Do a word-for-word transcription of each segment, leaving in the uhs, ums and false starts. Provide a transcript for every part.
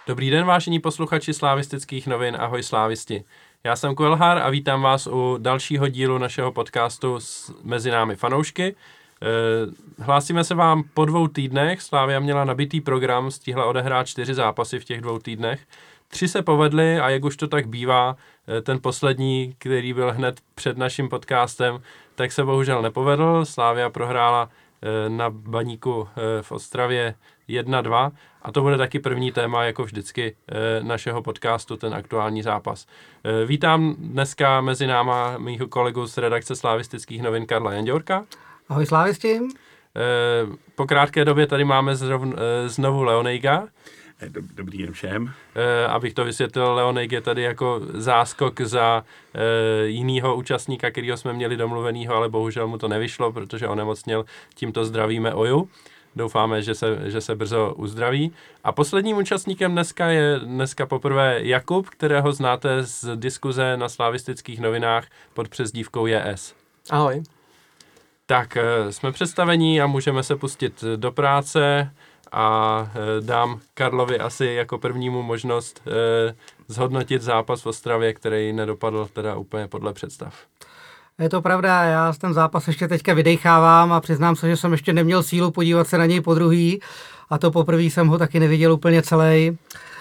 Dobrý den, vážení posluchači Slavistických novin, ahoj slávisti. Já jsem Kvelhár a vítám vás u dalšího dílu našeho podcastu s Mezi námi fanoušky. Hlásíme se vám po dvou týdnech, Slavia měla nabitý program, stihla odehrát čtyři zápasy v těch dvou týdnech. Tři se povedly a jak už to tak bývá, ten poslední, který byl hned před naším podcastem, tak se bohužel nepovedl. Slavia prohrála na Baníku v Ostravě jedna dva a to bude taky první téma, jako vždycky, našeho podcastu, ten aktuální zápas. Vítám dneska mezi náma mýho kolegu z redakce Slavistických novin Karla Janděurka. Ahoj slávisti. Po krátké době tady máme zrovna, znovu Leonejga. Dobrý den všem. Abych to vysvětlil, Leonej je tady jako záskok za jinýho účastníka, kterýho jsme měli domluvenýho, ale bohužel mu to nevyšlo, protože onemocněl. Tímto zdravíme Oju. Doufáme, že se, že se brzo uzdraví. A posledním účastníkem dneska je dneska poprvé Jakub, kterého znáte z diskuze na Slavistických novinách pod přezdívkou J S. Ahoj. Tak jsme představení a můžeme se pustit do práce a dám Karlovi asi jako prvnímu možnost zhodnotit zápas v Ostravě, který nedopadl teda úplně podle představ. Je to pravda, já ten zápas ještě teďka vydechávám a přiznám se, že jsem ještě neměl sílu podívat se na něj podruhý a to poprvé jsem ho taky neviděl úplně celý.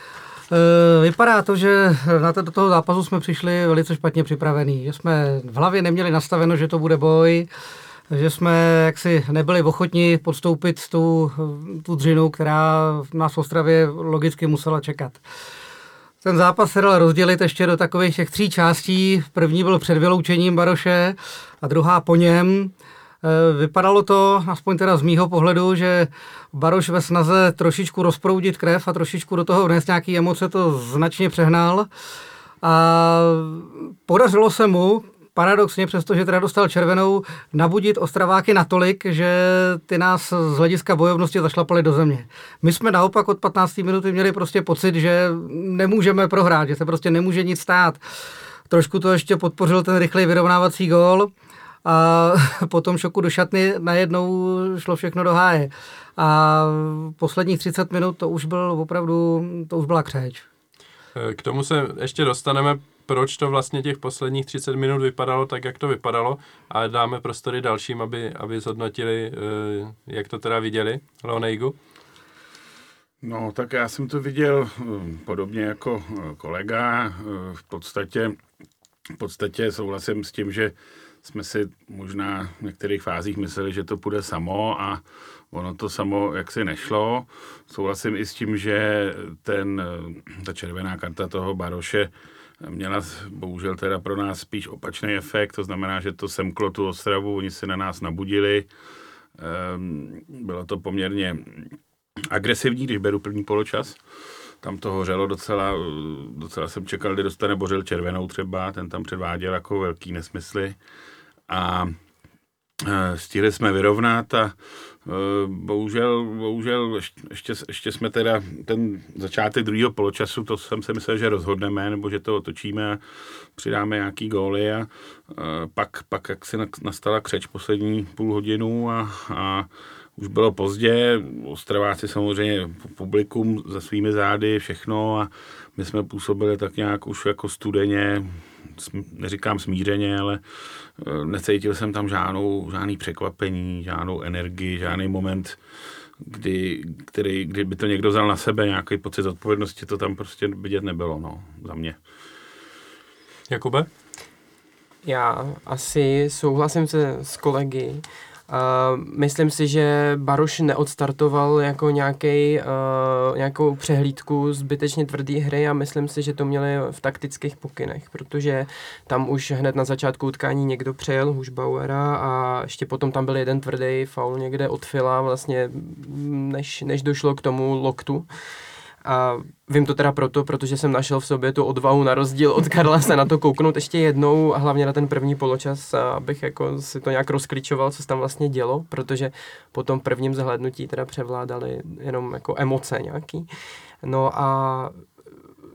Vypadá to, že na to, do toho zápasu jsme přišli velice špatně připravený, že jsme v hlavě neměli nastaveno, že to bude boj, že jsme jaksi nebyli ochotni podstoupit tu, tu dřinu, která nás v Ostravě logicky musela čekat. Ten zápas se dal rozdělit ještě do takových těch tří částí. První byl před vyloučením Baroše a druhá po něm. Vypadalo to, aspoň teda z mýho pohledu, že Baroš ve snaze trošičku rozproudit krev a trošičku do toho vnést nějaký emoce to značně přehnal. A podařilo se mu, paradoxně, přestože teda dostal červenou, nabudit Ostraváky natolik, že ty nás z hlediska bojovnosti zašlapali do země. My jsme naopak od patnácté minuty měli prostě pocit, že nemůžeme prohrát, že se prostě nemůže nic stát. Trošku to ještě podpořil ten rychlej vyrovnávací gól a po tom šoku do šatny najednou šlo všechno do háje. A posledních třicet minut to už byl opravdu, to už byla křeč. K tomu se ještě dostaneme, proč to vlastně těch posledních třicet minut vypadalo tak, jak to vypadalo, a dáme prostory dalším, aby, aby zhodnotili, jak to teda viděli. Leonejgu? No, tak já jsem to viděl podobně jako kolega. V podstatě, v podstatě souhlasím s tím, že jsme si možná v některých fázích mysleli, že to půjde samo a ono to samo jaksi nešlo. Souhlasím i s tím, že ten, ta červená karta toho Baroše měla bohužel teda pro nás spíš opačný efekt, to znamená, že to semklo tu Ostravu, oni se na nás nabudili. Bylo to poměrně agresivní, když beru první poločas. Tam to hořelo docela, docela jsem čekal, kdy dostane Bořil červenou třeba, ten tam předváděl jako velký nesmysly. A stihli jsme vyrovnat a bohužel, bohužel ještě, ještě jsme teda ten začátek druhého poločasu, to jsem si myslel, že rozhodneme, nebo že to otočíme a přidáme nějaký góly a pak, pak jak si nastala křeč poslední půl hodinu a, a už bylo pozdě, Ostraváci samozřejmě publikum za svými zády, všechno a my jsme působili tak nějak už jako studeně, neříkám smířeně, ale necítil jsem tam žádnou, žádný překvapení, žádnou energii, žádný moment, kdy, který, kdy by to někdo vzal na sebe, nějaký pocit odpovědnosti, to tam prostě vidět nebylo, no, za mě. Jakube? Já asi souhlasím se s kolegy. Uh, myslím si, že Baroš neodstartoval jako nějaký, uh, nějakou přehlídku zbytečně tvrdý hry a myslím si, že to měli v taktických pokynech, protože tam už hned na začátku utkání někdo přejel Hušbauera a ještě potom tam byl jeden tvrdý faul někde od Fila, vlastně než, než došlo k tomu loktu. A vím to teda proto, protože jsem našel v sobě tu odvahu na rozdíl od Karla se na to kouknout ještě jednou a hlavně na ten první poločas, abych jako si to nějak rozklíčoval, co se tam vlastně dělo, protože po tom prvním zhlédnutí teda převládaly jenom jako emoce nějaký. No a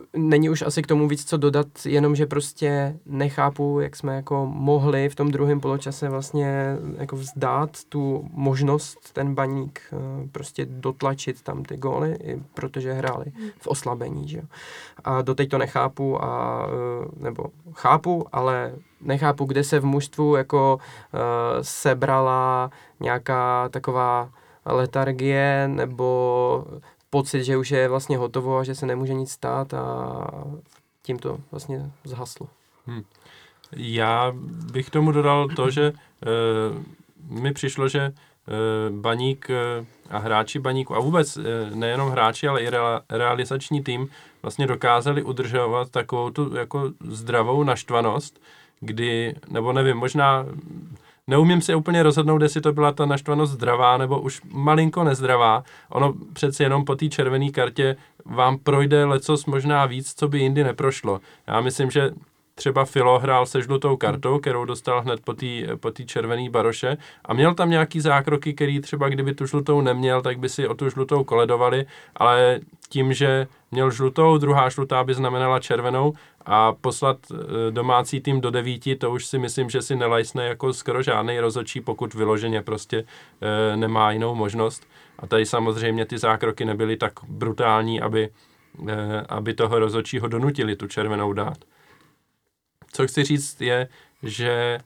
není už asi k tomu víc co dodat, jenom že prostě nechápu, jak jsme jako mohli v tom druhém poločase vlastně jako vzdát tu možnost ten Baník prostě dotlačit tam ty góly, protože hráli v oslabení, že jo. A doteď to nechápu a nebo chápu, ale nechápu, kde se v mužstvu jako uh, sebrala nějaká taková letargie nebo pocit, že už je vlastně hotovo a že se nemůže nic stát a tím to vlastně zhaslo. Hmm. Já bych tomu dodal to, že e, mi přišlo, že e, Baník e, a hráči Baníku a vůbec e, nejenom hráči, ale i rea, realizační tým vlastně dokázali udržovat takovou tu jako zdravou naštvanost, kdy, nebo nevím, možná neumím si úplně rozhodnout, jestli to byla ta naštvanost zdravá, nebo už malinko nezdravá. Ono přeci jenom po té červené kartě vám projde lecos možná víc, co by jindy neprošlo. Já myslím, že třeba Filo hrál se žlutou kartou, kterou dostal hned po té po té červené baroše a měl tam nějaký zákroky, který třeba kdyby tu žlutou neměl, tak by si o tu žlutou koledovali, ale tím, že měl žlutou, druhá žlutá by znamenala červenou a poslat domácí tým do devíti, to už si myslím, že si nelajsne jako skoro žádnej rozhodčí, pokud vyloženě prostě e, nemá jinou možnost. A tady samozřejmě ty zákroky nebyly tak brutální, aby, e, aby toho rozhodčího donutili tu červenou dát. Co chci říct je, že e,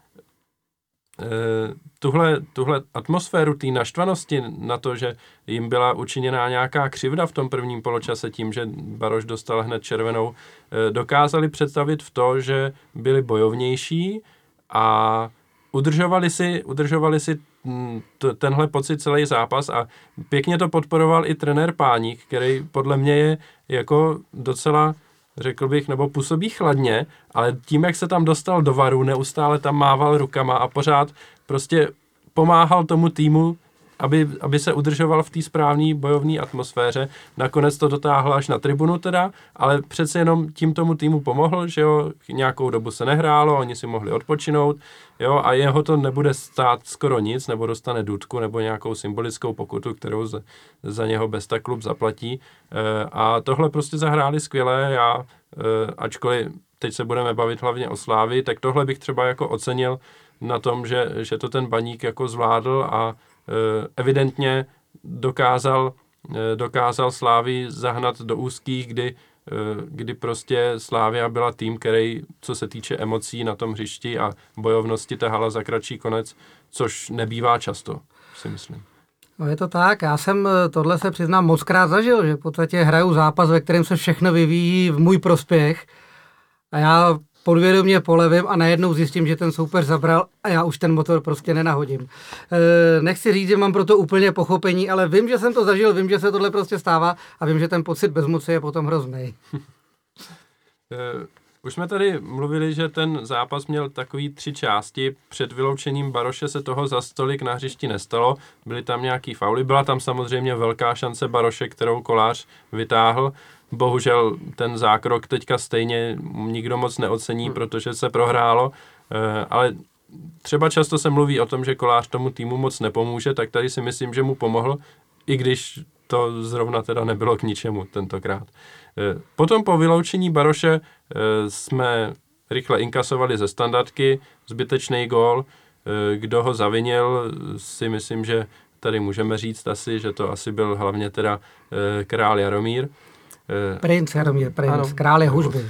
tuhle, tuhle atmosféru té naštvanosti na to, že jim byla učiněná nějaká křivda v tom prvním poločase tím, že Baroš dostal hned červenou, e, dokázali představit v to, že byli bojovnější a udržovali si, udržovali si t, tenhle pocit celý zápas a pěkně to podporoval i trenér Páník, který podle mě je jako docela, řekl bych, nebo působí chladně, ale tím, jak se tam dostal do varu, neustále tam mával rukama a pořád prostě pomáhal tomu týmu, aby, aby se udržoval v té správné bojovné atmosféře. Nakonec to dotáhl až na tribunu teda, ale přece jenom tím tomu týmu pomohl, že jo, nějakou dobu se nehrálo, oni si mohli odpočinout, jo, a jeho to nebude stát skoro nic, nebo dostane dudku, nebo nějakou symbolickou pokutu, kterou za, za něho Besta klub zaplatí. E, a tohle prostě zahráli skvěle, já, e, ačkoliv teď se budeme bavit hlavně o Slávii, tak tohle bych třeba jako ocenil na tom, že, že to ten Baník jako zvládl a evidentně dokázal, dokázal Slávii zahnat do úzkých, kdy, kdy prostě Slávia byla tým, který, co se týče emocí na tom hřišti a bojovnosti, tahala za kratší konec, což nebývá často, si myslím. No je to tak, já jsem tohle se přiznám mockrát zažil, že v podstatě hraju zápas, ve kterém se všechno vyvíjí v můj prospěch a já podvědomě polevím a najednou zjistím, že ten soupeř zabral a já už ten motor prostě nenahodím. E, nechci říct, že mám pro to úplně pochopení, ale vím, že jsem to zažil, vím, že se tohle prostě stává a vím, že ten pocit bezmoci je potom hrozný. e, už jsme tady mluvili, že ten zápas měl takový tři části. Před vyloučením Baroše se toho za stolik na hřišti nestalo. Byly tam nějaký fauly. Byla tam samozřejmě velká šance Baroše, kterou Kolář vytáhl. Bohužel ten zákrok teďka stejně nikdo moc neocení, protože se prohrálo, ale třeba často se mluví o tom, že Kolář tomu týmu moc nepomůže, tak tady si myslím, že mu pomohl, i když to zrovna teda nebylo k ničemu tentokrát. Potom po vyloučení Baroše jsme rychle inkasovali ze standardky, zbytečný gól, kdo ho zavinil, si myslím, že tady můžeme říct asi, že to asi byl hlavně teda král Jaromír. Princ Jaromír, princ, král je hudby.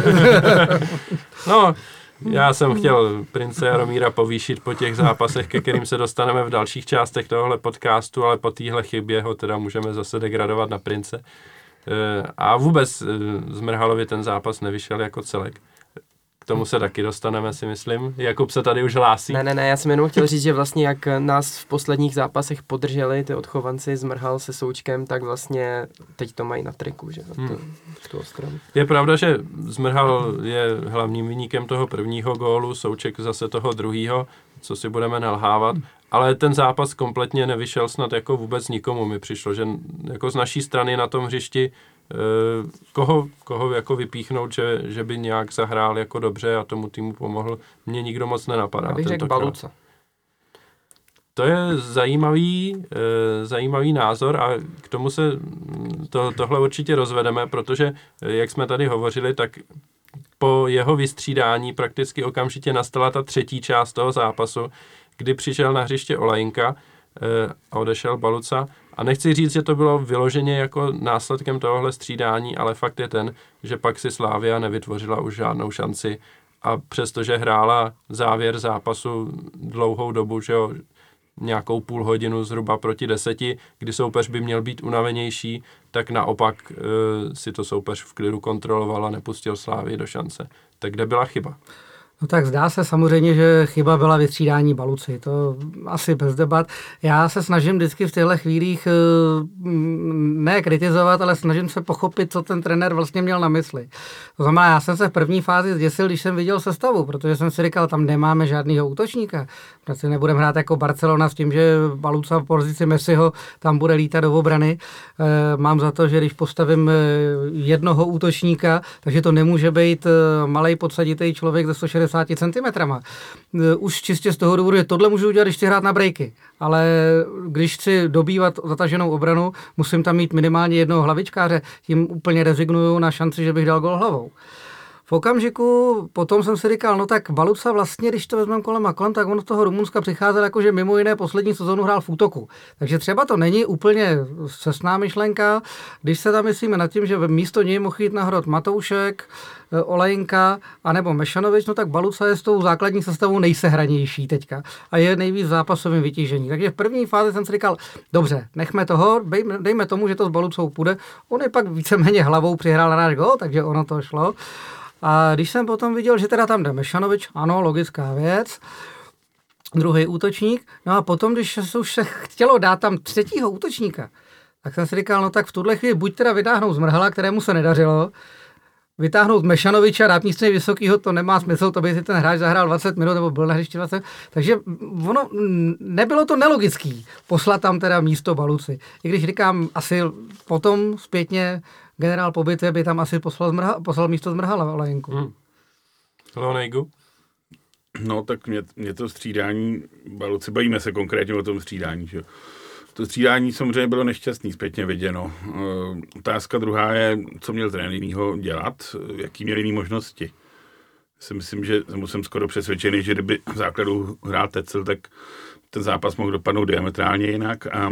No, já jsem chtěl prince Jaromíra povýšit po těch zápasech, ke kterým se dostaneme v dalších částech tohohle podcastu, ale po téhle chybě ho teda můžeme zase degradovat na prince. A vůbec z Mrhalovi ten zápas nevyšel jako celek. K tomu se taky dostaneme, si myslím. Jakub se tady už hlásí. Ne, ne, ne, já jsem jenom chtěl říct, že vlastně jak nás v posledních zápasech podrželi ty odchovanci Zmrhal se Součkem, tak vlastně teď to mají na triku, že hmm. tu, tu ostranu. Je pravda, že Zmrhal je hlavním viníkem toho prvního gólu, Souček zase toho druhého, co si budeme nalhávat, ale ten zápas kompletně nevyšel snad jako vůbec nikomu. Mi přišlo, že jako z naší strany na tom hřišti Koho, koho jako vypíchnout, že, že by nějak zahrál jako dobře a tomu týmu pomohl, mě nikdo moc nenapadá. Já bych řekl Baluca. To je zajímavý, e, zajímavý názor a k tomu se to, tohle určitě rozvedeme, protože, jak jsme tady hovořili, tak po jeho vystřídání prakticky okamžitě nastala ta třetí část toho zápasu, kdy přišel na hřiště Olajinka e, a odešel Baluca. A nechci říct, že to bylo vyloženě jako následkem tohohle střídání, ale fakt je ten, že pak si Slavia nevytvořila už žádnou šanci a přestože hrála závěr zápasu dlouhou dobu, že jo, nějakou půl hodinu zhruba proti deseti, kdy soupeř by měl být unavenější, tak naopak e, si to soupeř v klidu kontroloval a nepustil Slávii do šance. Tak kde byla chyba? No tak zdá se samozřejmě, že chyba byla vystřídání Baluci, to asi bez debat. Já se snažím vždycky v těchto chvílích ne kritizovat, ale snažím se pochopit, co ten trenér vlastně měl na mysli. To znamená, já jsem se v první fázi zděsil, když jsem viděl sestavu, protože jsem si říkal, tam nemáme žádného útočníka. Protože nebudeme hrát jako Barcelona s tím, že Baluca v pozici Messiho tam bude lítat do obrany. Mám za to, že když postavím jednoho útočníka, takže to nemůže být malej podsaditý člověk ze sto šedesát centimetrů. Už čistě z toho důvodu, že tohle můžu udělat, když chci hrát na breaky. Ale když chci dobývat zataženou obranu, musím tam mít minimálně jednoho hlavičkáře, tím úplně rezignuju na šanci, že bych dal gol hlavou. V okamžiku potom jsem si říkal, no tak Baluca vlastně, když to vezmeme kolem a kolem, tak on z toho Rumunska přicházel jako, že mimo jiné poslední sezónu hrál v útoku. Takže třeba to není úplně cestná myšlenka, když se tam myslíme nad tím, že místo něj mohl jít na hrot Matoušek, Olajinka anebo Mešanovič, no tak Baluca je s tou základní sestavou nejsehranější teďka a je nejvíc zápasovým vytížení. Takže v první fázi jsem si říkal, dobře, nechme toho, dejme tomu, že to s Balucou půjde. On je pak víceméně hlavou přihrál na náš gol, takže ono to šlo. A když jsem potom viděl, že teda tam jde Mešanovič, ano, logická věc, druhý útočník, no a potom, když se už se chtělo dát tam třetího útočníka, tak jsem si říkal, no tak v tuhle chvíli buď teda vytáhnout Zmrhala, kterému se nedařilo, vytáhnout Mešanoviča, dát místně vysokýho, to nemá smysl, to by si ten hráč zahrál dvacet minut, nebo byl na hřišti dvacet, takže ono, nebylo to nelogický poslat tam teda místo Baluci. I když říkám, asi potom zpětně generál po bitvě by tam asi poslal, zmrha, poslal místo Zmrhala Olajinku. Hmm. Lonejgu? No tak mě, mě to střídání Baluci, bavíme se konkrétně o tom střídání, že jo. To střídání samozřejmě bylo nešťastný, zpětně viděno. Uh, otázka druhá je, co měl trenér jinýho dělat, jaký měl jiný možnosti. Si myslím, že jsem skoro přesvědčený, že kdyby v základu hrál Tecel, tak ten zápas mohl dopadnout diametrálně jinak a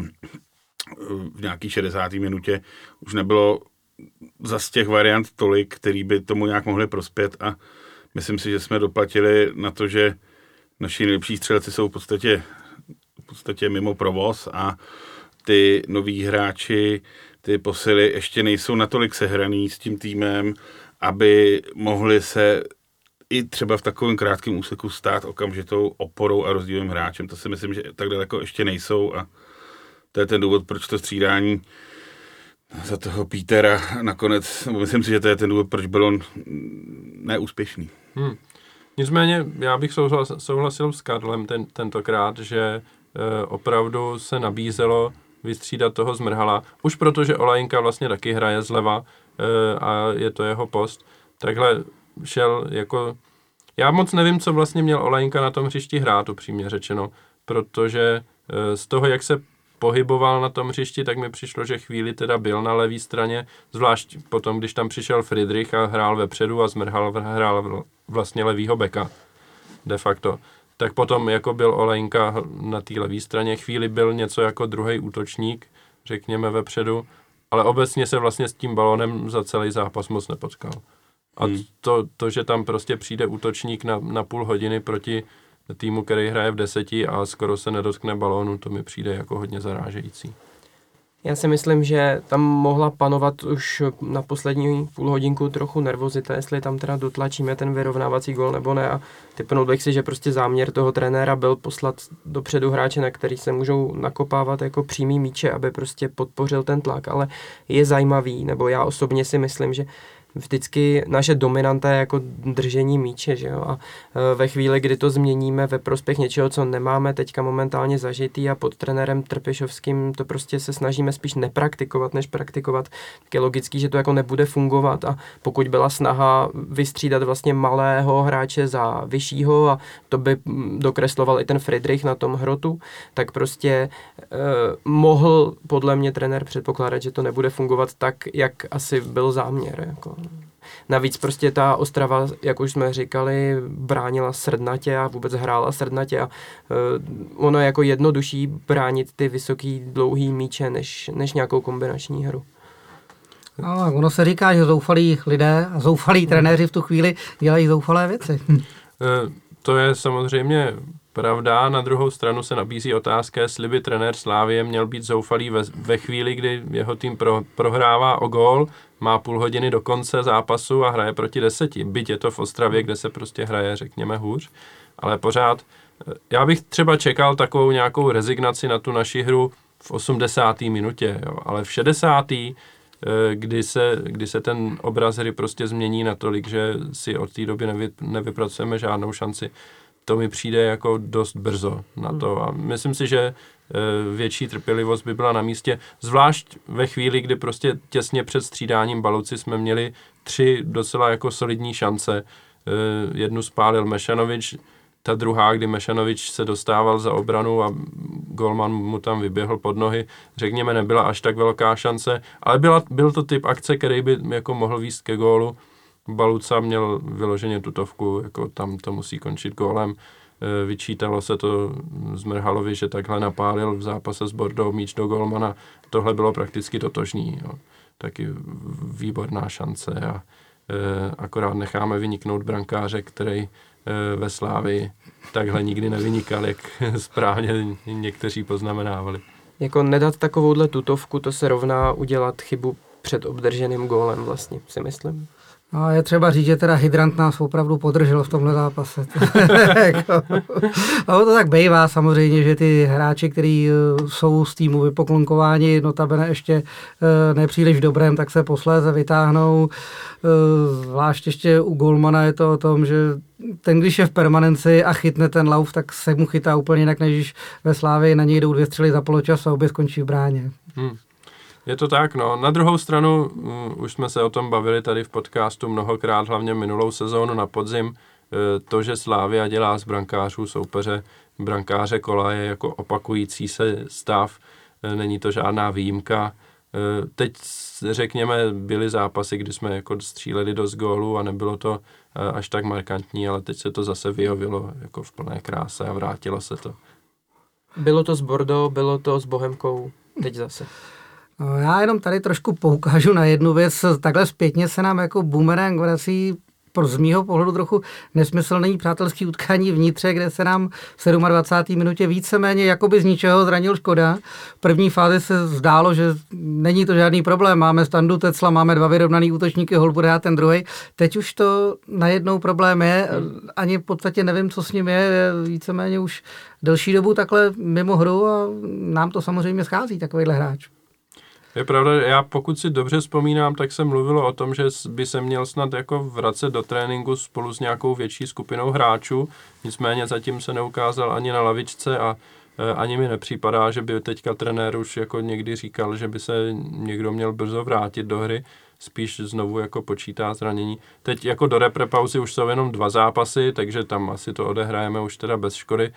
v nějaký šedesáté minutě už nebylo zas těch variant tolik, který by tomu nějak mohli prospět a myslím si, že jsme doplatili na to, že naši nejlepší střelci jsou v podstatě v podstatě mimo provoz a ty noví hráči, ty posily ještě nejsou natolik sehraný s tím týmem, aby mohli se i třeba v takovém krátkém úseku stát okamžitou oporou a rozdílným hráčem. To si myslím, že tak daleko ještě nejsou a to je ten důvod, proč to střídání za toho Pítera nakonec, myslím si, že to je ten důvod, proč byl on neúspěšný. Hmm. Nicméně já bych souhlasil, souhlasil s Karlem ten, tentokrát, že e, opravdu se nabízelo vystřídat toho Zmrhala, už protože Olajinka vlastně taky hraje zleva e, a je to jeho post. Takhle šel jako... Já moc nevím, co vlastně měl Olajinka na tom hřišti hrát, upřímně řečeno, protože e, z toho, jak se pohyboval na tom hřišti, tak mi přišlo, že chvíli teda byl na levé straně, zvlášť potom, když tam přišel Friedrich a hrál vepředu a Zmrhal hrál vlastně levýho beka, de facto. Tak potom jako byl Olajinka na té levé straně, chvíli byl něco jako druhý útočník, řekněme vepředu, ale obecně se vlastně s tím balónem za celý zápas moc nepotkal. A hmm. to, to, že tam prostě přijde útočník na, na půl hodiny proti týmu, který hraje v deseti a skoro se nedotkne balónu, to mi přijde jako hodně zarážející. Já si myslím, že tam mohla panovat už na poslední půl hodinku trochu nervozita, jestli tam teda dotlačíme ten vyrovnávací gól nebo ne a typnul bych si, že prostě záměr toho trenéra byl poslat dopředu hráče, na který se můžou nakopávat jako přímý míče, aby prostě podpořil ten tlak, ale je zajímavý, nebo já osobně si myslím, že vždycky naše dominanta je jako držení míče, že jo, a ve chvíli, kdy to změníme ve prospěch něčeho, co nemáme teďka momentálně zažitý a pod trenérem Trpišovským to prostě se snažíme spíš nepraktikovat, než praktikovat, tak je logický, že to jako nebude fungovat a pokud byla snaha vystřídat vlastně malého hráče za vyššího a to by dokresloval i ten Friedrich na tom hrotu, tak prostě eh, mohl podle mě trenér předpokládat, že to nebude fungovat tak, jak asi byl záměr. Jako. Navíc prostě ta Ostrava, jak už jsme říkali, bránila srdnatě a vůbec hrála srdnatě a uh, ono je jako jednodušší bránit ty vysoký, dlouhý míče, než, než nějakou kombinační hru. No, ono se říká, že zoufalí lidé a zoufalí trenéři v tu chvíli dělají zoufalé věci. To je samozřejmě pravda, na druhou stranu se nabízí otázka, jestli by trenér Slávie měl být zoufalý ve, ve chvíli, kdy jeho tým pro, prohrává o gól, má půl hodiny do konce zápasu a hraje proti deseti. Byť je to v Ostravě, kde se prostě hraje, řekněme, hůř, ale pořád. Já bych třeba čekal takovou nějakou rezignaci na tu naši hru v osmdesáté minutě, jo, ale v šedesáté Kdy se, kdy se ten obraz hry prostě změní natolik, že si od té doby nevy, nevypracujeme žádnou šanci. To mi přijde jako dost brzo na to a myslím si, že větší trpělivost by byla na místě, zvlášť ve chvíli, kdy prostě těsně před střídáním Baluci jsme měli tři docela jako solidní šance. Jednu spálil Mešanovič, ta druhá, kdy Mešanovič se dostával za obranu a golman mu tam vyběhl pod nohy, řekněme, nebyla až tak velká šance, ale byla, byl to typ akce, který by jako mohl vést ke gólu. Baluca měl vyloženě tutovku, jako tam to musí končit gólem. Vyčítalo se to Zmrhalovi, že takhle napálil v zápase s Bordeaux míč do golmana. Tohle bylo prakticky totožný. Jo. Taky výborná šance a e, akorát necháme vyniknout brankáře, který ve Slávii takhle nikdy nevynikal, jak správně někteří poznamenávali. Jako nedat takovouhle tutovku, to se rovná udělat chybu před obdrženým gólem vlastně, si myslím. No, je třeba říct, že teda Hydrant nás opravdu podržel v tomhle zápase. A to tak bývá samozřejmě, že ty hráči, kteří jsou z týmu vypoklonkováni, notabene ještě nepříliš dobrém, tak se posléze vytáhnou. Zvlášť ještě u golmana je to o tom, že ten, když je v permanenci a chytne ten lauf, tak se mu chytá úplně jinak, než když ve Slávii na něj jdou dvě střely za poločas a obě skončí v bráně. Hmm. Je to tak, no. Na druhou stranu, um, už jsme se o tom bavili tady v podcastu mnohokrát, hlavně minulou sezónu na podzim, uh, to, že Slavia dělá z brankářů soupeře brankáře kola, je jako opakující se stav, uh, není to žádná výjimka. Uh, teď, řekněme, byly zápasy, kdy jsme jako stříleli dost gólů a nebylo to uh, až tak markantní, ale teď se to zase vyjevilo jako v plné kráse a vrátilo se to. Bylo to s Bordeaux, bylo to s Bohemkou, teď zase. Já jenom tady trošku poukážu na jednu věc. Takhle zpětně se nám jako bumerang vrací pro z mýho pohledu trochu nesmyslný přátelský utkání vnitře, kde se nám v dvacáté sedmé minutě víceméně jakoby z ničeho zranil Škoda. V první fázi se zdálo, že není to žádný problém. Máme Standu Tecla, máme dva vyrovnaný útočníky, hol bude ten druhý. Teď už to najednou problém je. Ani v podstatě nevím, co s ním je. Je víceméně už delší dobu takhle mimo hru a nám to samozřejmě schází, takovýhle hráč. Je pravda, já pokud si dobře vzpomínám, tak se mluvilo o tom, že by se měl snad jako vracet do tréninku spolu s nějakou větší skupinou hráčů, nicméně zatím se neukázal ani na lavičce a e, ani mi nepřipadá, že by teďka trenér už jako někdy říkal, že by se někdo měl brzo vrátit do hry, spíš znovu jako počítá zranění. Teď jako do reprepauzy už jsou jenom dva zápasy, takže tam asi to odehrajeme už teda bez Škody.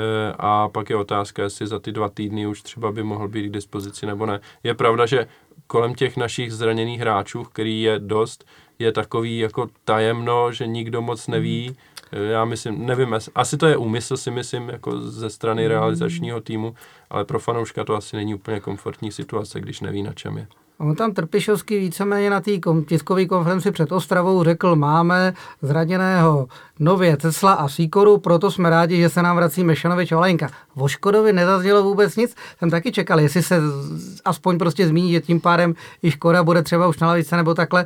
A pak je otázka, jestli za ty dva týdny už třeba by mohl být k dispozici nebo ne. Je pravda, že kolem těch našich zraněných hráčů, který je dost, je takový jako tajemno, že nikdo moc neví. Já myslím, nevím, asi to je úmysl, si myslím, jako ze strany realizačního týmu, ale pro fanouška to asi není úplně komfortní situace, když neví, na čem je. On tam Trpišovský víceméně na té tiskové konferenci před Ostravou řekl, máme zraněného Nově, Tecla a Sýkoru, proto jsme rádi, že se nám vrací Mešanovič a Olejnka. O Škodovi nezaznělo vůbec nic, jsem taky čekal, jestli se aspoň prostě zmíní, že tím pádem i Škoda bude třeba už na lavičce nebo takhle.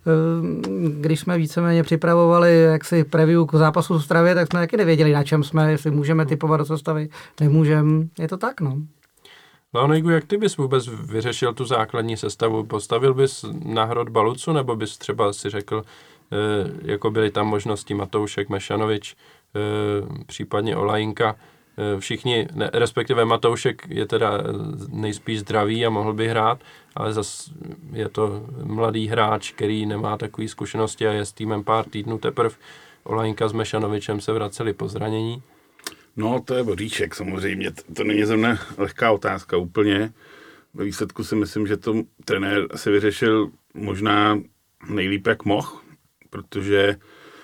Když jsme víceméně připravovali jaksi preview k zápasu v Ostravě, tak jsme taky nevěděli, na čem jsme, jestli můžeme typovat do sestavy, nemůžeme, je to tak, no. Leonejgu, jak ty bys vůbec vyřešil tu základní sestavu? Postavil bys na hrot Balucu, nebo bys třeba si řekl, e, jako byly tam možnosti Matoušek, Mešanovič, e, případně Olajinka, e, všichni, ne, respektive Matoušek je teda nejspíš zdravý a mohl by hrát, ale zas je to mladý hráč, který nemá takový zkušenosti a je s týmem pár týdnů teprve. Olajinka s Mešanovičem se vraceli po zranění. No, to je boříček samozřejmě. To není za mne lehká otázka úplně. Ve výsledku si myslím, že to trenér asi vyřešil možná nejlíp, jak mohl, protože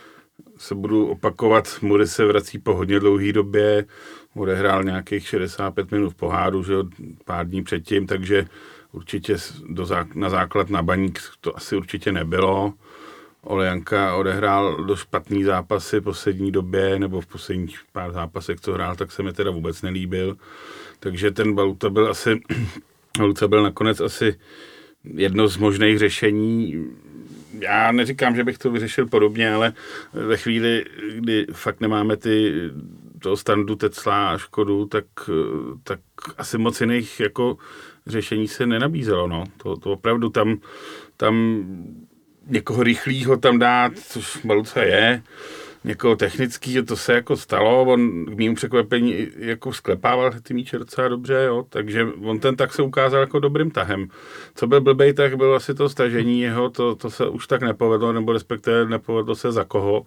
se budu opakovat, Mury se vrací po hodně dlouhé době, odehrál nějakých šedesát pět minut v poháru, že jo, pár dní předtím, takže určitě do zá, na základ na Baník to asi určitě nebylo. Olejanka odehrál do špatný zápasy v poslední době, nebo v posledních pár zápasech, co hrál, tak se mi teda vůbec nelíbil. Takže ten Baluta byl asi, Baluta byl nakonec asi jedno z možných řešení. Já neříkám, že bych to vyřešil podobně, ale ve chvíli, kdy fakt nemáme ty, toho Standu, Tecla a Škodu, tak, tak asi moc jiných jako řešení se nenabízelo. No. To, to opravdu tam, tam někoho rychlýho tam dát, což Baluca je, někoho technického, to se jako stalo, on k mému překvapení jako sklepával ty míče docela dobře, jo, takže on ten tak se ukázal jako dobrým tahem. Co byl blbej, tak bylo asi to stažení jeho, to, to se už tak nepovedlo, nebo respektive nepovedlo se za koho,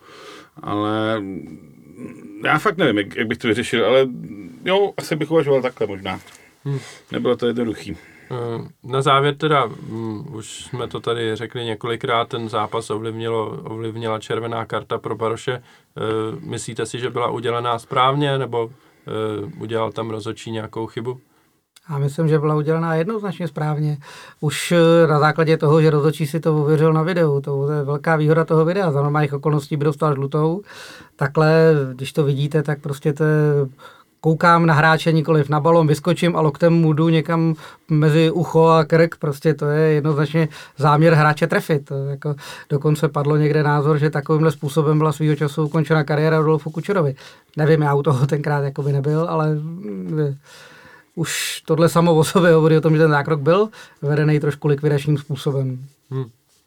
ale já fakt nevím, jak, jak bych to vyřešil, ale jo, asi bych uvažoval takhle možná. Hmm. Nebylo to jednoduchý. Na závěr teda, um, už jsme to tady řekli několikrát, ten zápas ovlivnilo, ovlivnila červená karta pro Baroše. Uh, myslíte si, že byla udělaná správně, nebo uh, udělal tam rozhodčí nějakou chybu? Já myslím, že byla udělaná jednoznačně správně. Už na základě toho, že rozhodčí si to ověřil na videu. To je velká výhoda toho videa. Za normálních okolností by dostal žlutou. Takhle, když to vidíte, tak prostě to je... Koukám na hráče, nikoliv na balón, vyskočím a loktem mu jdu někam mezi ucho a krk, prostě to je jednoznačně záměr hráče trefit. To jako dokonce padlo někde názor, že takovýmhle způsobem byla svýho času ukončena kariéra Rudolfu Kučerovi. Nevím, já u toho tenkrát jakoby nebyl, ale už tohle samo o sobě hovoří o tom, že ten zákrok byl vedený trošku likvidačním způsobem. Hmm.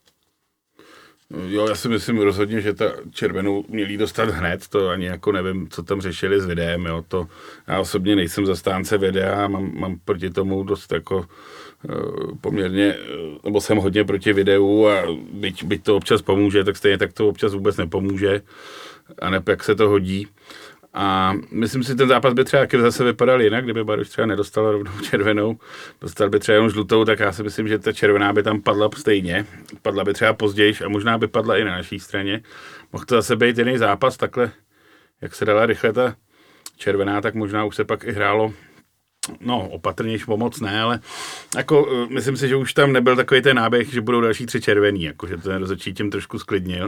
Jo, já si myslím rozhodně, že ta červenou měli dostat hned, to ani jako nevím, co tam řešili s videem, jo, to já osobně nejsem zastánce videa, mám, mám proti tomu dost jako uh, poměrně, nebo jsem hodně proti videu a byť, byť to občas pomůže, tak stejně tak to občas vůbec nepomůže a ne jak se to hodí. A myslím si, že ten zápas by třeba taky zase vypadal jinak, kdyby Baroš třeba nedostal rovnou červenou, dostal by třeba jenom žlutou, tak já si myslím, že ta červená by tam padla stejně. Padla by třeba později a možná by padla i na naší straně. Mohl to zase být jiný zápas, takhle, jak se dala rychle ta červená, tak možná už se pak i hrálo, no opatrnější pomoc ne, ale jako myslím si, že už tam nebyl takový ten náběh, že budou další tři červený, jako že ten rozhodčí tím trošku sklidnil.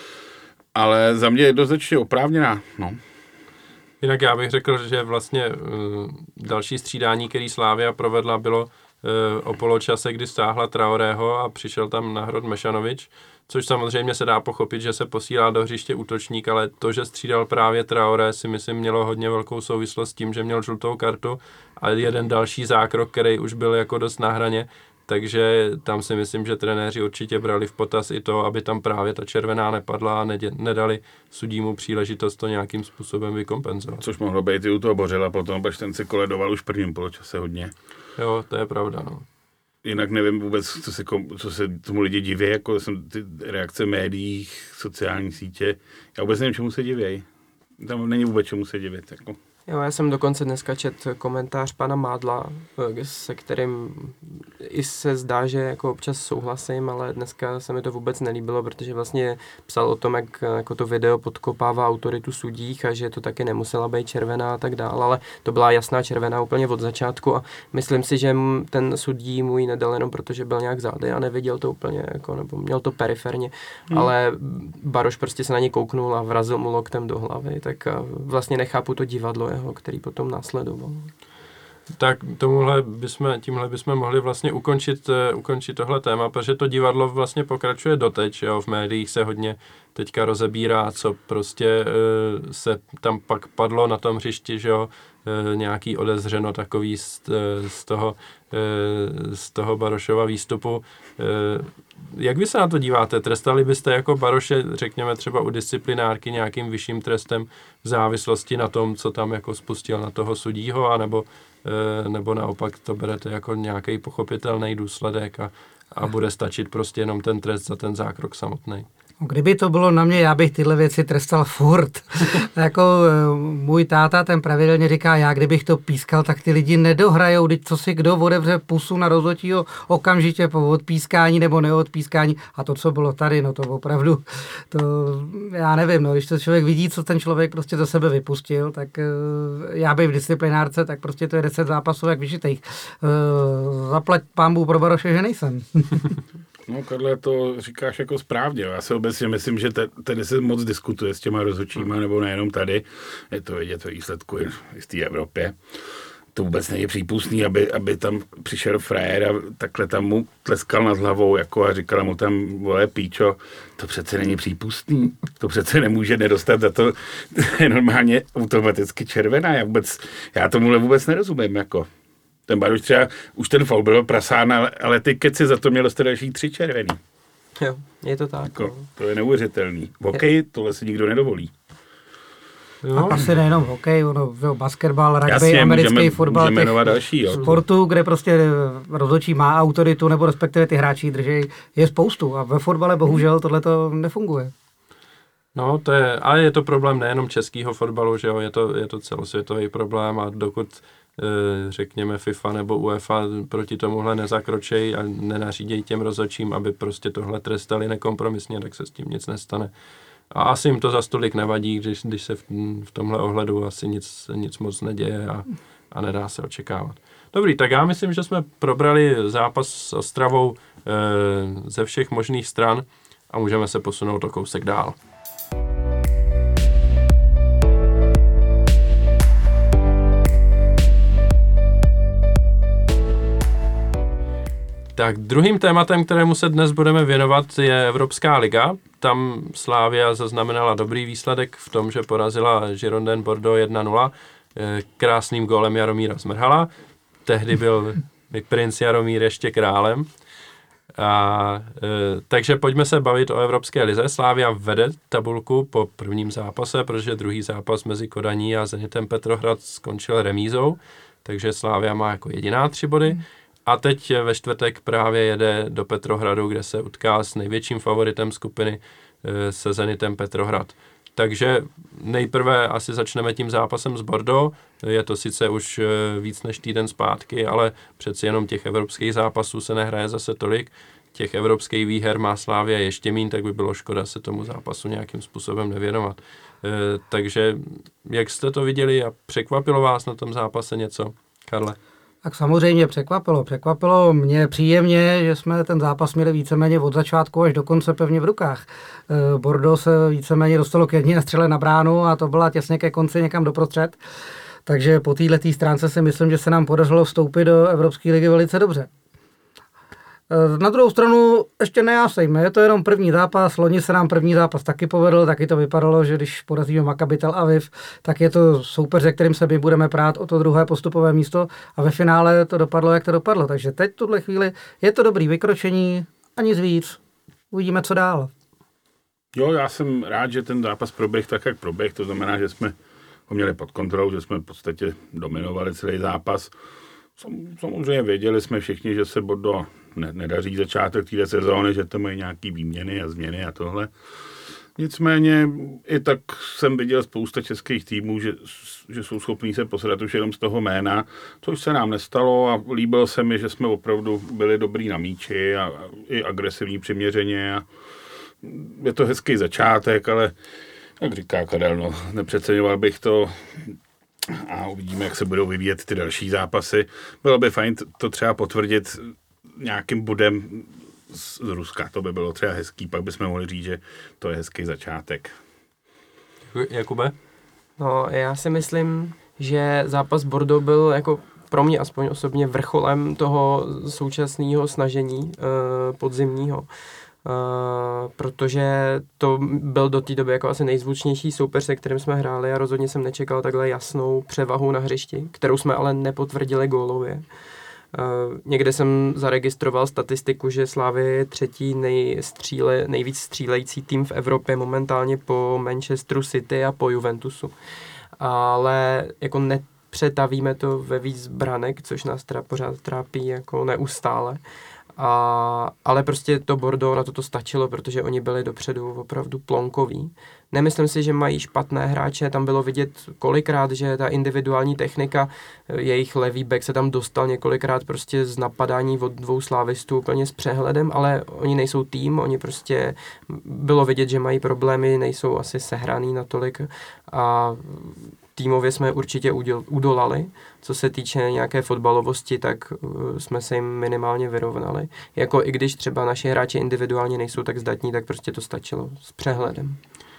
Ale za mě jednoznačně oprávněná, no. Jinak já bych řekl, že vlastně uh, další střídání, který Slavia provedla, bylo uh, o poločase, kdy stáhla Traorého a přišel tam na hrot Mešanovič, což samozřejmě se dá pochopit, že se posílá do hřiště útočník, ale to, že střídal právě Traoré, si myslím mělo hodně velkou souvislost s tím, že měl žlutou kartu a jeden další zákrok, který už byl jako dost na hraně, takže tam si myslím, že trenéři určitě brali v potaz i to, aby tam právě ta červená nepadla a nedali sudímu příležitost to nějakým způsobem vykompenzovat. Což mohlo být i u toho Bořila potom, protože ten se koledoval už v prvním poločase hodně. Jo, to je pravda, no. Jinak nevím vůbec, co se, co se tomu lidi diví, jako jsem ty reakce v médiích, sociální sítě. Já vůbec nevím, čemu se divějí. Tam není vůbec čemu se divit, jako. Jo, já jsem dokonce dneska čet komentář pana Mádla, se kterým i se zdá, že jako občas souhlasím, ale dneska se mi to vůbec nelíbilo, protože vlastně psal o tom, jak jako to video podkopává autoritu sudích a že to taky nemusela být červená a tak dále, ale to byla jasná červená úplně od začátku a myslím si, že ten sudí mu ji nedal jenom protože byl nějak zády a neviděl to úplně, jako, nebo měl to periferně, hmm. ale Baroš prostě se na něj kouknul a vrazil mu loktem do hlavy, tak vlastně nechápu to divadlo jeho, který potom následoval. Tak tomuhle bychom, tímhle bychom mohli vlastně ukončit, uh, ukončit tohle téma, protože to divadlo vlastně pokračuje doteď, jo, v médiích se hodně teďka rozebírá, co prostě uh, se tam pak padlo na tom hřišti, že jo, uh, nějaký odezřeno takový z, z toho, uh, z toho Barošova výstupu. Uh, jak vy se na to díváte? Trestali byste jako Baroše, řekněme třeba u disciplinárky nějakým vyšším trestem v závislosti na tom, co tam jako spustil na toho sudího, anebo, uh, nebo naopak to berete jako nějaký pochopitelný důsledek a, a bude stačit prostě jenom ten trest za ten zákrok samotný? Kdyby to bylo na mě, já bych tyhle věci trestal furt. Jako můj táta, ten pravidelně říká, já kdybych to pískal, tak ty lidi nedohrajou, teď co si kdo otevře pusu na rozhodčího okamžitě po odpískání nebo neodpískání. A to, co bylo tady, no to opravdu, to já nevím, no, když to člověk vidí, co ten člověk prostě za sebe vypustil, tak já bych v disciplinárce, tak prostě to je deset zápasů jak vyšitejch. Zaplať pánbůh pro Baroše, že nejsem. No, Karle, to říkáš jako správně. Já si obecně myslím, že tady se moc diskutuje s těma rozhodčíma, nebo nejenom tady. Je to vidět ve výsledku i v té Evropě. To vůbec není přípustný, aby, aby tam přišel frajer a takhle tam mu tleskal nad hlavou jako a říkala mu tam, vole, píčo, to přece není přípustný. To přece nemůže nedostat za to je normálně automaticky červená. Já, vůbec, já tomuhle vůbec nerozumím, jako. Ten Baroš třeba, už ten faul byl prasán, ale, ale ty keci za to měl dostat další tři červený. Jo, je to tak. Jako, to je neuvěřitelný. V hokeji tohle si nikdo nedovolí. Jo. A asi nejenom hokej, ono, jo, basketbal, rugby, Jasně, americký můžeme, fotbal, můžeme další, jo. sportu, kde prostě rozhodčí má autoritu, nebo respektive ty hráči drží, je spoustu. A ve fotbale bohužel tohle to nefunguje. No, to je, ale je to problém nejenom českého fotbalu, že jo, je to, je to celosvětový problém a dokud řekněme FIFA nebo UEFA proti tomuhle nezakročej a nenařídějí těm rozhodčím, aby prostě tohle trestali nekompromisně, tak se s tím nic nestane. A asi jim to za stolik nevadí, když, když se v, v tomhle ohledu asi nic, nic moc neděje a, a nedá se očekávat. Dobrý, tak já myslím, že jsme probrali zápas s Ostravou e, ze všech možných stran a můžeme se posunout o kousek dál. Tak druhým tématem, kterému se dnes budeme věnovat, je Evropská liga. Tam Slavia zaznamenala dobrý výsledek v tom, že porazila Girondin Bordeaux jedna nula krásným gólem Jaromíra Zmrhala. Tehdy byl princ Jaromír ještě králem. A, e, takže pojďme se bavit o Evropské lize. Slavia vede tabulku po prvním zápase, protože druhý zápas mezi Kodaní a Zenitem Petrohrad skončil remízou, takže Slavia má jako jediná tři body. A teď ve čtvrtek právě jede do Petrohradu, kde se utká s největším favoritem skupiny se Zenitem Petrohrad. Takže nejprve asi začneme tím zápasem s Bordeaux. Je to sice už víc než týden zpátky, ale přeci jenom těch evropských zápasů se nehraje zase tolik. Těch evropských výher má Slavia ještě míň, tak by bylo škoda se tomu zápasu nějakým způsobem nevěnovat. Takže jak jste to viděli a překvapilo vás na tom zápase něco, Karle? Tak samozřejmě překvapilo. Překvapilo mě příjemně, že jsme ten zápas měli víceméně od začátku až do konce pevně v rukách. Bordeaux se víceméně dostalo k jedné střele na bránu a to byla těsně ke konci někam doprostřed. Takže po této stránce si myslím, že se nám podařilo vstoupit do Evropské ligy velice dobře. Na druhou stranu ještě nejásejme, je to jenom první zápas, loni se nám první zápas taky povedl, taky to vypadalo, že když porazíme Maccabi Tel Aviv, tak je to soupeř, se kterým se my budeme prát o to druhé postupové místo a ve finále to dopadlo, jak to dopadlo. Takže teď v tuhle chvíli je to dobrý vykročení a nic víc. Uvidíme, co dál. Jo, já jsem rád, že ten zápas proběh tak, jak proběh, to znamená, že jsme ho měli pod kontrolou, že jsme v podstatě dominovali celý zápas. Samozřejmě věděli jsme všichni, že se Bordeaux ne, nedaří začátek této sezóny, že to mají nějaký výměny a změny a tohle. Nicméně i tak jsem viděl spousta českých týmů, že, že jsou schopní se posrat už jenom z toho jména, což se nám nestalo a líbilo se mi, že jsme opravdu byli dobrý na míči a, a i agresivní přiměřeně. A je to hezký začátek, ale jak říká Karel, no, nepřeceňoval bych to a uvidíme, jak se budou vyvíjet ty další zápasy. Bylo by fajn to třeba potvrdit nějakým bodem z Ruska. To by bylo třeba hezký, pak bychom mohli říct, že to je hezký začátek. Jakube? No, já si myslím, že zápas Bordeaux byl jako pro mě aspoň osobně vrcholem toho současného snažení uh, podzimního. Uh, protože to byl do té doby jako asi nejzvučnější soupeř, se kterým jsme hráli a rozhodně jsem nečekal takhle jasnou převahu na hřišti, kterou jsme ale nepotvrdili gólově. Uh, někde jsem zaregistroval statistiku, že Slavia je třetí nejstříle, nejvíc střílející tým v Evropě momentálně po Manchesteru City a po Juventusu. Ale jako nepřetavíme to ve víc branek, což nás teda pořád trápí jako neustále. A, ale prostě to Bordeaux na toto stačilo, protože oni byli dopředu opravdu plonkoví. Nemyslím si, že mají špatné hráče, tam bylo vidět kolikrát, že ta individuální technika, jejich levý back se tam dostal několikrát prostě z napadání od dvou slávistů úplně s přehledem, ale oni nejsou tým, oni prostě bylo vidět, že mají problémy, nejsou asi sehraný natolik a týmově jsme určitě udolali. Co se týče nějaké fotbalovosti, tak uh, jsme se jim minimálně vyrovnali. Jako i když třeba naši hráči individuálně nejsou tak zdatní, tak prostě to stačilo s přehledem.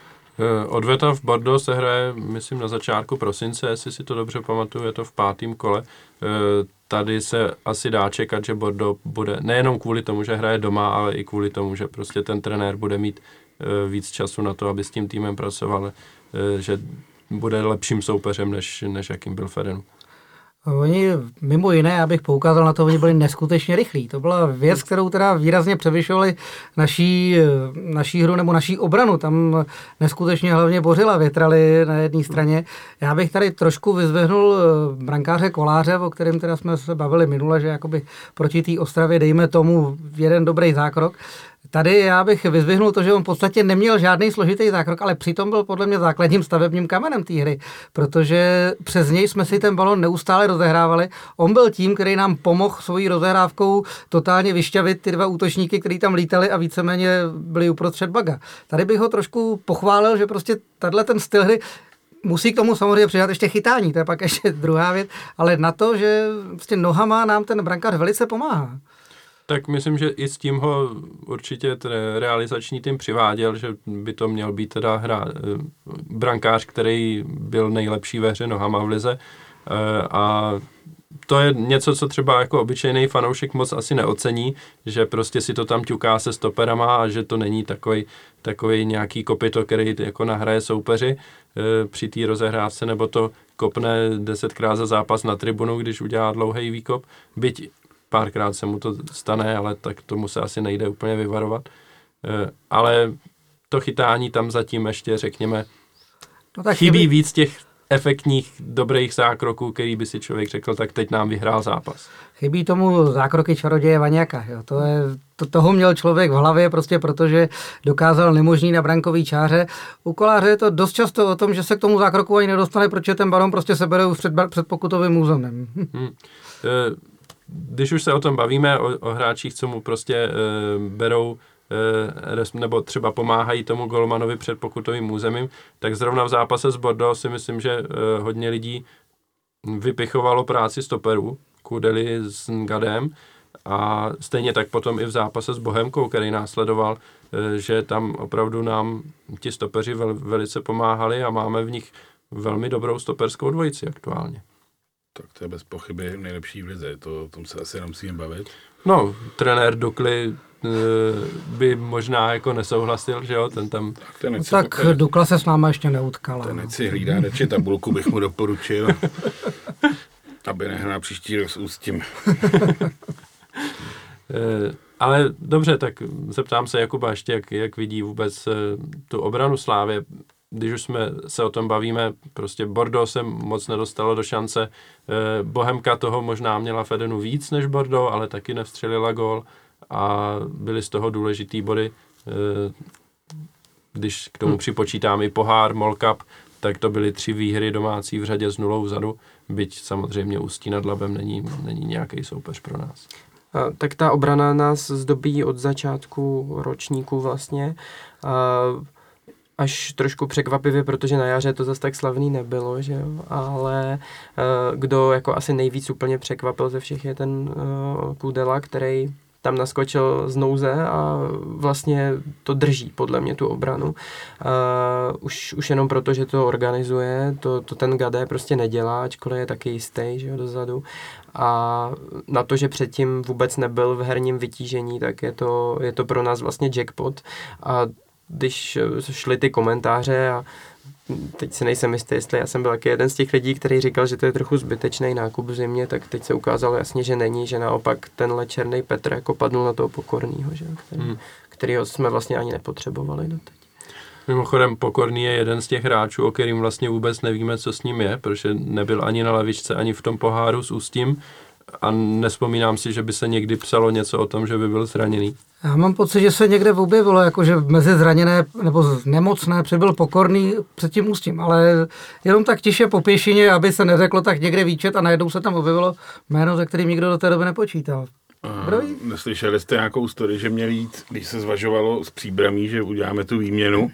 Odveta v Bordeaux se hraje, myslím, na začátku prosince, jestli si to dobře pamatuju, je to v pátém kole. Tady se asi dá čekat, že Bordeaux bude, nejenom kvůli tomu, že hraje doma, ale i kvůli tomu, že prostě ten trenér bude mít víc času na to, aby s tím týmem pracoval, že bude lepším soupeřem, než, než jakým byl Fedenu. Oni, mimo jiné, abych poukázal na to, oni byli neskutečně rychlí. To byla věc, kterou teda výrazně převyšovali naší, naší hru nebo naší obranu. Tam neskutečně hlavně bořila větraly na jedné straně. Já bych tady trošku vyzvehnul brankáře Koláře, o kterém teda jsme se bavili minule, že jakoby proti té Ostravě dejme tomu jeden dobrý zákrok. Tady já bych vyzvihnul to, že on v podstatě neměl žádný složitý zákrok, ale přitom byl podle mě základním stavebním kamenem té hry, protože přes něj jsme si ten balon neustále rozehrávali. On byl tím, který nám pomohl svojí rozehrávkou totálně vyšťavit ty dva útočníky, kteří tam lítali a víceméně byli uprostřed baga. Tady bych ho trošku pochválil, že prostě tadyhle ten styl hry musí k tomu samozřejmě přidat ještě chytání, to je pak ještě druhá věc, ale na to, že prostě nohama nám ten brankář velice pomáhá. Tak myslím, že i s tím ho určitě ten realizační tým přiváděl, že by to měl být teda hra, brankář, který byl nejlepší ve hře nohama v lize. A to je něco, co třeba jako obyčejný fanoušek moc asi neocení, že prostě si to tam ťuká se stoperama a že to není takový, takový nějaký kopyto, který jako nahraje soupeři při té rozehrávce, nebo to kopne desetkrát za zápas na tribunu, když udělá dlouhý výkop. Byť párkrát se mu to stane, ale tak tomu se asi nejde úplně vyvarovat. E, ale to chytání tam zatím ještě, řekněme, no tak chybí chybí víc těch efektních, dobrých zákroků, který by si člověk řekl, tak teď nám vyhrál zápas. Chybí tomu zákroky čaroděje Vaňaka. Jo. To je, to, toho měl člověk v hlavě, prostě protože dokázal nemožný na brankový čáře. U Koláře je to dost často o tom, že se k tomu zákroku ani nedostane, protože ten balon prostě se bere už před, před pokutovým územím. Hmm. E, Když už se o tom bavíme, o, o hráčích, co mu prostě e, berou e, nebo třeba pomáhají tomu golmanovi před pokutovým územím, tak zrovna v zápase s Bordeaux si myslím, že e, hodně lidí vypichovalo práci stoperů, Kudely s Ngadem a stejně tak potom i v zápase s Bohemkou, který následoval, e, že tam opravdu nám ti stopeři vel, velice pomáhali a máme v nich velmi dobrou stoperskou dvojici aktuálně. Tak to je bez pochyby nejlepší v lize, to, o tom se asi nemusíme bavit. No, trenér Dukly e, by možná jako nesouhlasil, že jo, ten tam... Tak, ten no, tak ten, Dukla se s náma ještě neutkala. Ten ať si hlídá radši tabulku, bych mu doporučil, aby nehrál příští rok s Ústím. e, ale dobře, tak zeptám se Jakuba ještě, jak, jak vidí vůbec e, tu obranu Slávie. Když už jsme se o tom bavíme, prostě Bordeaux se moc nedostalo do šance. Bohemka toho možná měla Fedenu víc než Bordeaux, ale taky nevstřelila gól a byly z toho důležitý body. Když k tomu připočítám i pohár, Mall Cup, tak to byly tři výhry domácí v řadě s nulou vzadu, byť samozřejmě Ústí nad Labem není, není nějaký soupeř pro nás. A, tak ta obrana nás zdobí od začátku ročníku vlastně. A, až trošku překvapivě, protože na jaře to zase tak slavný nebylo, že jo, ale uh, kdo jako asi nejvíc úplně překvapil ze všech je ten uh, Kudela, který tam naskočil z nouze a vlastně to drží podle mě tu obranu. Uh, už, už jenom proto, že to organizuje, to, to ten Gade prostě nedělá, ačkoliv je taky jistý, že jo, dozadu. A na to, že předtím vůbec nebyl v herním vytížení, tak je to, je to pro nás vlastně jackpot. A když šly ty komentáře a teď si nejsem jistý, jestli já jsem byl taky jeden z těch lidí, který říkal, že to je trochu zbytečný nákup v zimě, tak teď se ukázalo jasně, že není, že naopak tenhle černý Petr jako padnul na toho Pokornýho, že? Který, hmm. kterýho jsme vlastně ani nepotřebovali doteď. Mimochodem Pokorný je jeden z těch hráčů, o kterým vlastně vůbec nevíme, co s ním je, protože nebyl ani na lavičce, ani v tom poháru s Ústím a nespomínám si, že by se někdy psalo něco o tom, že by byl zraněný. Já mám pocit, že se někde objevilo, jakože mezi zraněné nebo nemocné přibyl Pokorný před tím Ústím, ale jenom tak tiše po pěšině, aby se neřeklo tak někde výčet a najednou se tam objevilo jméno, ze kterým nikdo do té doby nepočítal. Uh, neslyšeli jste nějakou story, že měl jít, když se zvažovalo s Příbramí, že uděláme tu výměnu?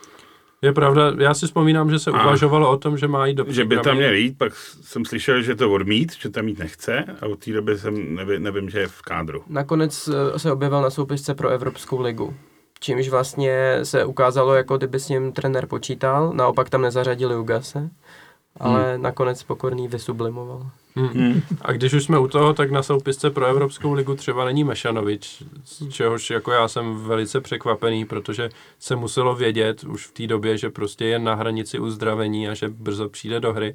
Je pravda, já si vzpomínám, že se a uvažovalo o tom, že má jít do Příbramy. Že by tam měl jít, pak jsem slyšel, že to odmít, že tam jít nechce a od té doby jsem nevím, nevím, že je v kádru. Nakonec se objevil na soupisce pro Evropskou ligu, čímž vlastně se ukázalo, jako kdyby s ním trenér počítal, naopak tam nezařadili Ugase, ale hmm. nakonec Pokorný vysublimoval. Hmm. Hmm. A když už jsme u toho, tak na soupisce pro Evropskou ligu třeba není Mešanovič, z čehož jako já jsem velice překvapený, protože se muselo vědět už v té době, že prostě je na hranici uzdravení a že brzo přijde do hry.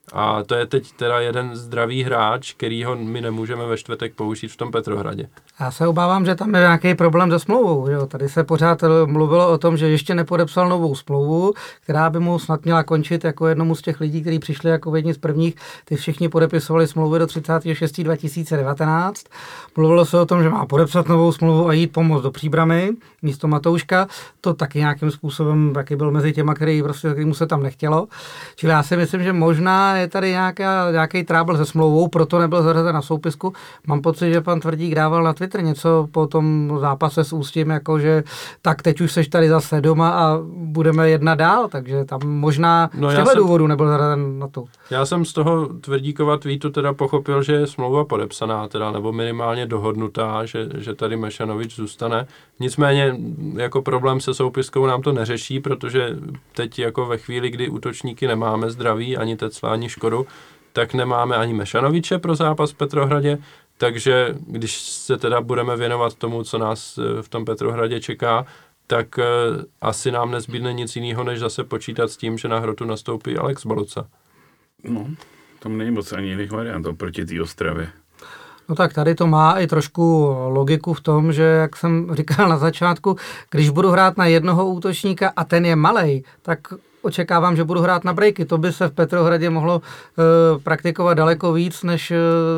A to je teď teda jeden zdravý hráč, kterýho my nemůžeme ve čtvrtek použít v tom Petrohradě. Já se obávám, že tam je nějaký problém se smlouvou. Jo. Tady se pořád mluvilo o tom, že ještě nepodepsal novou smlouvu, která by mu snad měla končit jako jednomu z těch lidí, kteří přišli jako jedni z prvních. Ty všichni podepisovali smlouvy do třicátého šestého dva tisíce devatenáct. Mluvilo se o tom, že má podepsat novou smlouvu a jít pomoct do Příbramy místo Matouška. To taky nějakým způsobem taky byl mezi těma, který prostě, kterýmu se tam nechtělo. Čili já si myslím, že možná je tady nějaká, nějaký trábl se smlouvou, proto nebyl zařazen na soupisku. Mám pocit, že pan Tvrdík dával na Twitter něco po tom zápase s Ústím, jako že tak teď už seš tady zase doma a budeme jednat dál, takže tam možná no z těchto důvodů nebyl zařazen na to. Já jsem z toho Tvrdíkova tweetu teda pochopil, že je smlouva podepsaná, teda, nebo minimálně dohodnutá, že, že tady Mešanovič zůstane. Nicméně jako problém se soupiskou nám to neřeší, protože teď jako ve chvíli, kdy útočníky nemáme zdraví, ani Tecla, ani Škodu, tak nemáme ani Mešanoviče pro zápas v Petrohradě, takže když se teda budeme věnovat tomu, co nás v tom Petrohradě čeká, tak uh, asi nám nezbydne nic jiného, než zase počítat s tím, že na hrotu nastoupí Alex Baluca. No, tam není moc ani jiných variant oproti té Ostravě. No tak tady to má i trošku logiku v tom, že, jak jsem říkal na začátku, když budu hrát na jednoho útočníka a ten je malej, tak očekávám, že budu hrát na breaky. To by se v Petrohradě mohlo e, praktikovat daleko víc, než, e,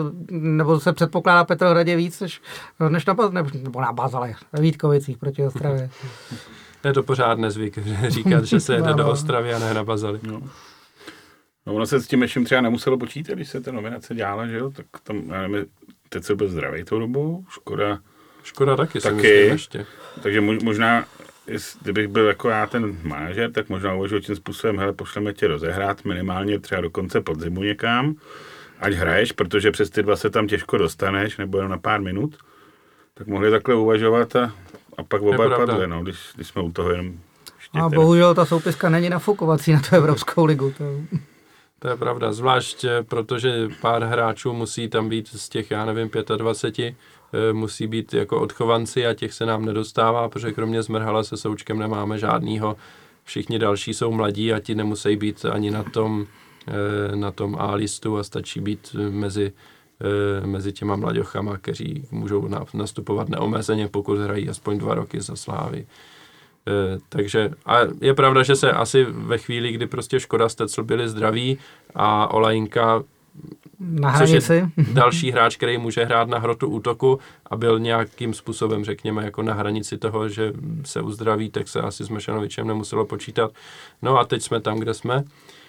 nebo se předpokládá v Petrohradě víc, než, než na, ne, nebo na Bazalech, ve Vítkovicích proti Ostravě. Je to pořád nezvyk říkat, že se jede do Ostravy a ne na Bazali. No. No ono se s tím Mešem třeba nemuselo počítat, když se ta nominace dělala, že jo, tak tam, já nevím, teď se byl zdravý tou dobou, Škoda. Škoda taky, taky si myslím ještě. Takže možná, kdybych byl jako já ten manažer, tak možná uvažuji tím způsobem, hele, pošleme tě rozehrát minimálně třeba do konce podzimu někam, ať hraješ, protože přes ty dva se tam těžko dostaneš, nebo jenom na pár minut, tak mohli takhle uvažovat a, a pak oba padli, no, když, když jsme u toho jenom štěte. A bohužel ta soupiska není nafukovací na tu Evropskou ligu. To... To je pravda, zvlášť protože pár hráčů musí tam být z těch, já nevím, dvacet pět, musí být jako odchovanci a těch se nám nedostává, protože kromě Zmrhala se Součkem nemáme žádnýho. Všichni další jsou mladí a ti nemusí být ani na tom, na tom A-listu a stačí být mezi, mezi těma mladěchama, kteří můžou nastupovat neomezeně, pokud hrají aspoň dva roky za Slávy. Takže a je pravda, že se asi ve chvíli, kdy prostě Škoda s Tecl byli zdraví a Olajnka, na hranici, další hráč, který může hrát na hrotu útoku a byl nějakým způsobem, řekněme, jako na hranici toho, že se uzdraví, tak se asi s Mešanovičem nemuselo počítat. No a teď jsme tam, kde jsme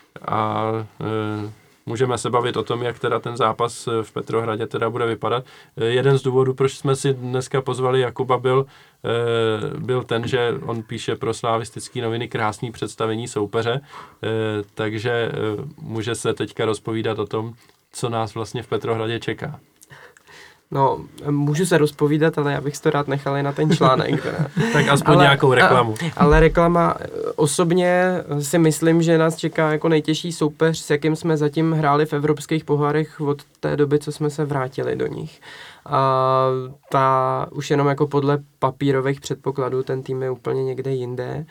a e, můžeme se bavit o tom, jak teda ten zápas v Petrohradě teda bude vypadat. Jeden z důvodů, proč jsme si dneska pozvali Jakuba, byl, byl ten, že on píše pro Slavistický noviny krásný představení soupeře, takže může se teďka rozpovídat o tom, co nás vlastně v Petrohradě čeká. No, můžu se rozpovídat, ale já bych to rád nechal i na ten článek. Tak aspoň ale, nějakou reklamu. A, ale reklama, osobně si myslím, že nás čeká jako nejtěžší soupeř, s jakým jsme zatím hráli v evropských pohárech od té doby, co jsme se vrátili do nich. A ta už jenom jako podle papírových předpokladů ten tým je úplně někde jinde.